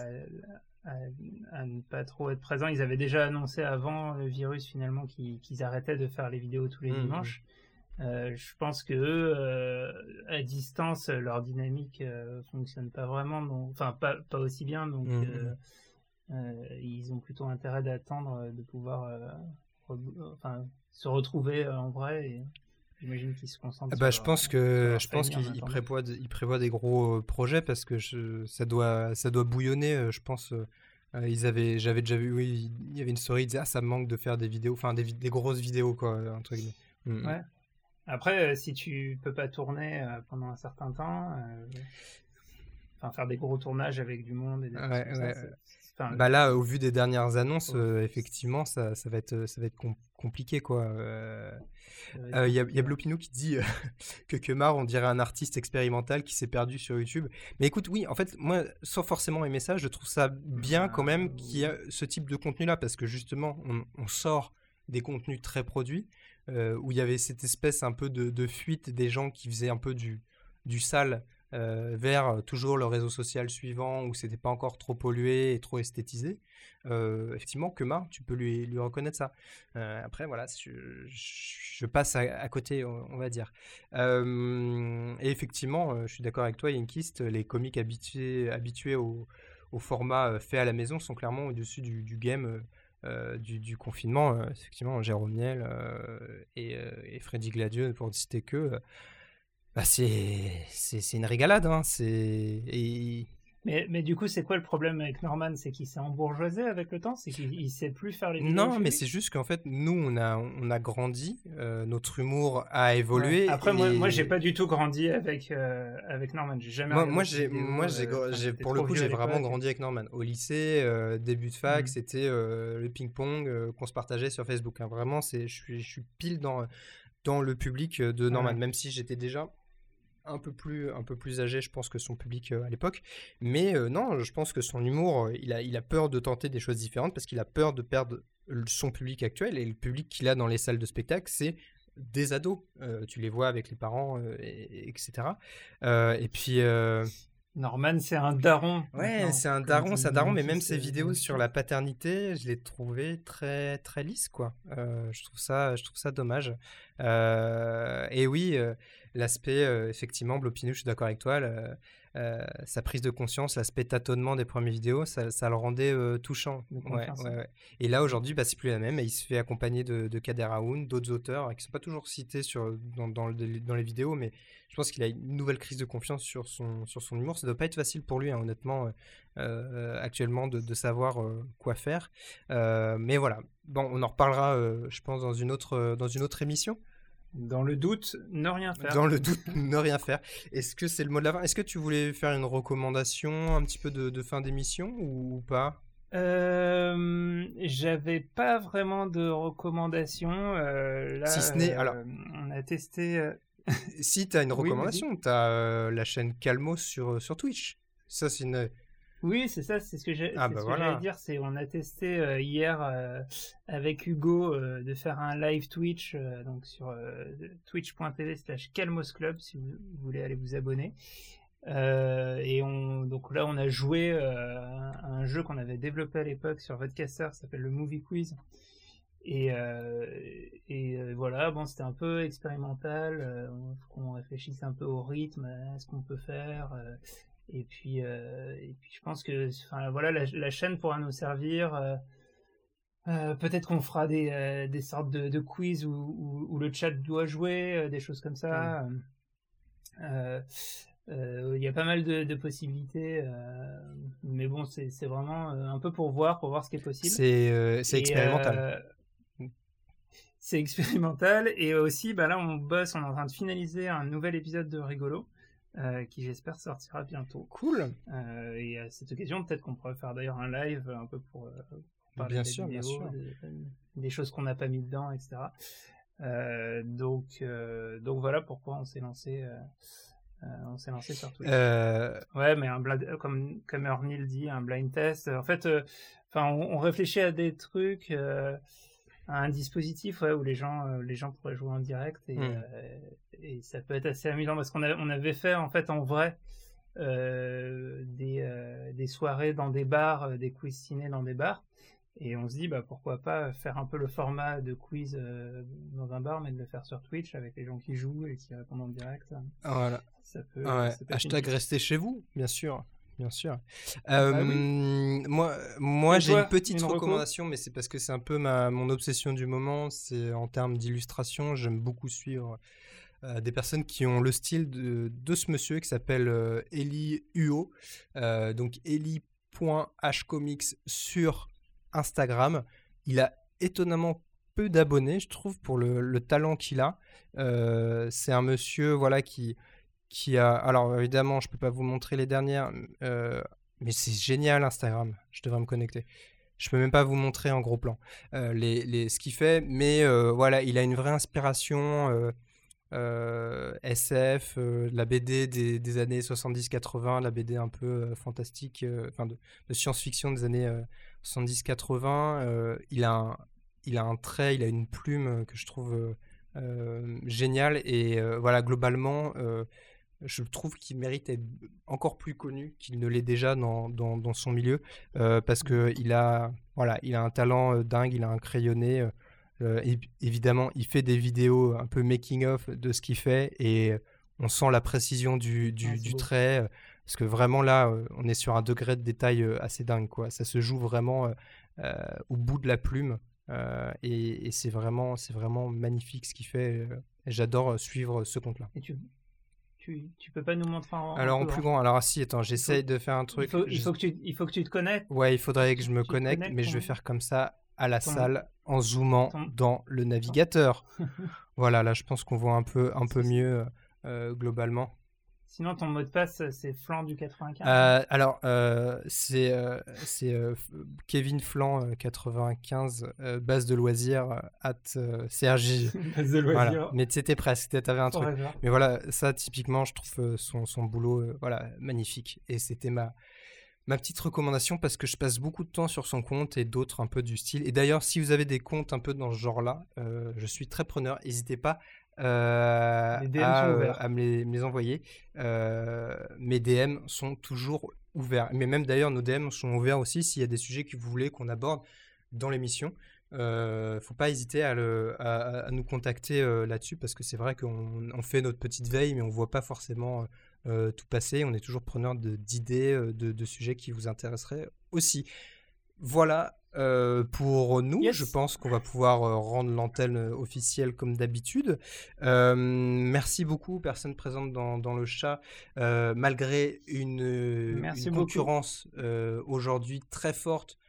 à ne pas trop être présents. Ils avaient déjà annoncé avant le virus finalement qu'ils arrêtaient de faire les vidéos tous les dimanches. Je pense que eux, à distance, leur dynamique fonctionne pas vraiment, pas aussi bien, donc ils ont plutôt intérêt d'attendre de pouvoir se retrouver en vrai. J'imagine qu'il se concentre je pense qu'il prévoit des gros projets parce que ça doit bouillonner, je pense. J'avais déjà vu, oui, il y avait une story, il disait ça me manque de faire des vidéos, enfin des grosses vidéos quoi, entre guillemets. Ouais. Après, si tu peux pas tourner pendant un certain temps, faire des gros tournages avec du monde et des choses comme ça, là, au vu des dernières annonces, effectivement, ça va être compliqué quoi. Il y a Blopinou qui dit que Kemar, on dirait un artiste expérimental qui s'est perdu sur YouTube. Mais écoute, oui, en fait, moi, sans forcément aimer ça, je trouve ça bien quand même qu'il y a ce type de contenu-là, parce que justement, on sort des contenus très produits, où il y avait cette espèce un peu de fuite des gens qui faisaient un peu du sale vers toujours le réseau social suivant, où c'était pas encore trop pollué et trop esthétisé. Effectivement, Kemar, tu peux lui reconnaître ça. Après, voilà, je passe à côté, on va dire. Et effectivement, je suis d'accord avec toi, Yankist, les comiques habitués au format fait à la maison sont clairement au-dessus du game du confinement. Effectivement, Jérôme Niel et Freddy Gladieux, pour ne citer que... c'est une régalade, hein. Mais du coup, c'est quoi le problème avec Norman? C'est qu'il s'est embourgeoisé avec le temps? C'est qu'il sait plus faire les vidéos? Non, mais c'est juste qu'en fait, nous, on a grandi, notre humour a évolué. Ouais. Après, moi, j'ai pas du tout grandi avec Norman. J'ai jamais pour le coup, j'ai vraiment grandi avec Norman. Au lycée, début de fac, c'était le ping-pong qu'on se partageait sur Facebook. Hein. Vraiment, je suis pile dans le public de Norman, même si j'étais déjà un peu plus âgé, je pense, que son public à l'époque. Mais non, je pense que son humour, il a peur de tenter des choses différentes parce qu'il a peur de perdre son public actuel, et le public qu'il a dans les salles de spectacle, c'est des ados. Tu les vois avec les parents, etc. Et puis... Norman, c'est un daron. Ouais, c'est un daron, mais même ses vidéos sur la paternité, je les trouvais très, très lisses, quoi. Je trouve ça dommage. Et oui, l'aspect, effectivement, Blopinou, je suis d'accord avec toi, sa prise de conscience, l'aspect tâtonnement des premières vidéos, ça le rendait touchant. Ouais. Et là, aujourd'hui, c'est plus la même. Et il se fait accompagner de Kader Aoun, d'autres auteurs qui ne sont pas toujours cités dans les vidéos, mais je pense qu'il a une nouvelle crise de confiance sur son humour. Ça ne doit pas être facile pour lui, hein, honnêtement, actuellement, de savoir quoi faire. Mais voilà. Bon, on en reparlera, je pense, dans une autre émission. Dans le doute, ne rien faire. Dans le doute, ne rien faire. Est-ce que c'est le mot de la fin? Est-ce que tu voulais faire une recommandation un petit peu de fin d'émission ou pas? J'avais pas vraiment de recommandation. Là, si ce n'est, alors, on a testé... Si tu as une recommandation, tu as la chaîne Calmos sur Twitch. Ça, c'est une... Oui, c'est ça, c'est ce que j'allais dire. On a testé hier avec Hugo de faire un live Twitch donc sur twitch.tv/calmosclub si vous voulez aller vous abonner. Donc là, on a joué à un jeu qu'on avait développé à l'époque sur Vodcaster, ça s'appelle le Movie Quiz. Et voilà, bon, c'était un peu expérimental, qu'on réfléchisse un peu au rythme, à ce qu'on peut faire. Et puis je pense que voilà, la chaîne pourra nous servir. Peut-être qu'on fera des sortes de quiz où le chat doit jouer, des choses comme ça. Il y a pas mal de possibilités, mais bon, c'est vraiment un peu pour voir ce qui est possible. C'est expérimental. C'est expérimental, et aussi là on est en train de finaliser un nouvel épisode de Rigolo. Qui j'espère sortira bientôt. Cool. Et à cette occasion, peut-être qu'on pourrait faire d'ailleurs un live un peu pour parler bien des sûr, vidéos, des choses qu'on n'a pas mis dedans, etc. Donc voilà pourquoi on s'est lancé sur Twitch. Ouais, mais comme Ernie le dit, un blind test. En fait, on réfléchit à des trucs. À un dispositif où les gens pourraient jouer en direct, et ça peut être assez amusant parce qu'on avait fait en fait en vrai des soirées dans des bars, des quiz ciné dans des bars, et on se dit pourquoi pas faire un peu le format de quiz dans un bar, mais de le faire sur Twitch avec les gens qui jouent et qui répondent en direct. Voilà. Ça peut hashtag restez chez vous, bien sûr. bien sûr. Oui. Moi j'ai une petite recommandation, mais c'est parce que c'est un peu mon obsession du moment. C'est en termes d'illustration, j'aime beaucoup suivre des personnes qui ont le style de ce monsieur qui s'appelle Eli Huo, donc eli.hcomics sur Instagram. Il a étonnamment peu d'abonnés, je trouve, pour le talent qu'il a. C'est un monsieur qui a... Alors évidemment, je peux pas vous montrer les dernières, mais c'est génial Instagram. Je devrais me connecter. Je peux même pas vous montrer en gros plan ce qu'il fait, mais voilà, il a une vraie inspiration SF, la BD des années 70-80, la BD un peu fantastique, de science-fiction des années 70-80. Il a un trait, il a une plume que je trouve géniale, et voilà, globalement, je trouve qu'il mérite d'être encore plus connu qu'il ne l'est déjà dans son milieu, parce qu'il a un talent dingue, il a un crayonné. Évidemment, il fait des vidéos un peu making-of de ce qu'il fait, et on sent la précision du trait, parce que vraiment là, on est sur un degré de détail assez dingue, quoi. Ça se joue vraiment au bout de la plume, et c'est vraiment magnifique ce qu'il fait. J'adore suivre ce compte-là. Et tu peux pas nous montrer en plus grand. Alors si, attends, j'essaye de faire un truc. Il faut que tu te connectes. Ouais, il faudrait que je me connecte, mais je vais faire comme ça à la salle en zoomant dans le navigateur. Voilà, là je pense qu'on voit un peu mieux globalement. Sinon ton mot de passe c'est Flan du 95. Alors c'est Kevin Flan 95 base de loisirs @CRJ. Base de loisirs. Voilà. Mais c'était presque, t'avais un truc. Mais voilà, ça typiquement je trouve son boulot magnifique, et c'était ma petite recommandation, parce que je passe beaucoup de temps sur son compte et d'autres un peu du style. Et d'ailleurs, si vous avez des comptes un peu dans ce genre-là, je suis très preneur. N'hésitez pas à me les envoyer. Mes DM sont toujours ouverts. Mais même d'ailleurs, nos DM sont ouverts aussi s'il y a des sujets que vous voulez qu'on aborde dans l'émission. Faut pas hésiter à nous contacter là-dessus, parce que c'est vrai qu'on fait notre petite veille, mais on voit pas forcément tout passer. On est toujours preneur d'idées, de sujets qui vous intéresseraient aussi. Voilà pour nous. Yes. Je pense qu'on va pouvoir rendre l'antenne officielle comme d'habitude. Merci beaucoup aux personnes présentes dans le chat, malgré une concurrence aujourd'hui très forte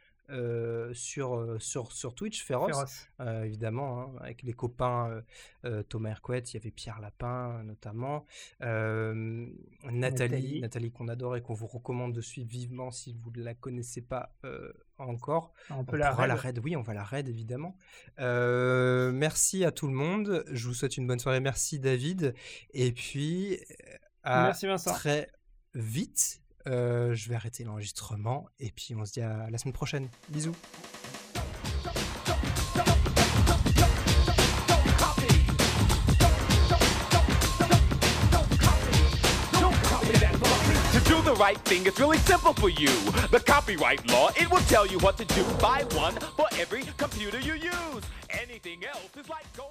sur Twitch, féroce. Évidemment, hein, avec les copains Thomas Hercouet, il y avait Pierre Lapin notamment, Nathalie qu'on adore et qu'on vous recommande de suivre vivement si vous ne la connaissez pas encore. On la raid. Oui, on va la raid évidemment. Merci à tout le monde, je vous souhaite une bonne soirée. Merci David, et puis merci Vincent. Très vite. Je vais arrêter l'enregistrement, et puis on se dit à la semaine prochaine. Bisous. To do the right thing, it's really simple for you. The copyright law, it will tell you what to do. Buy one for every computer you use. Anything else is like going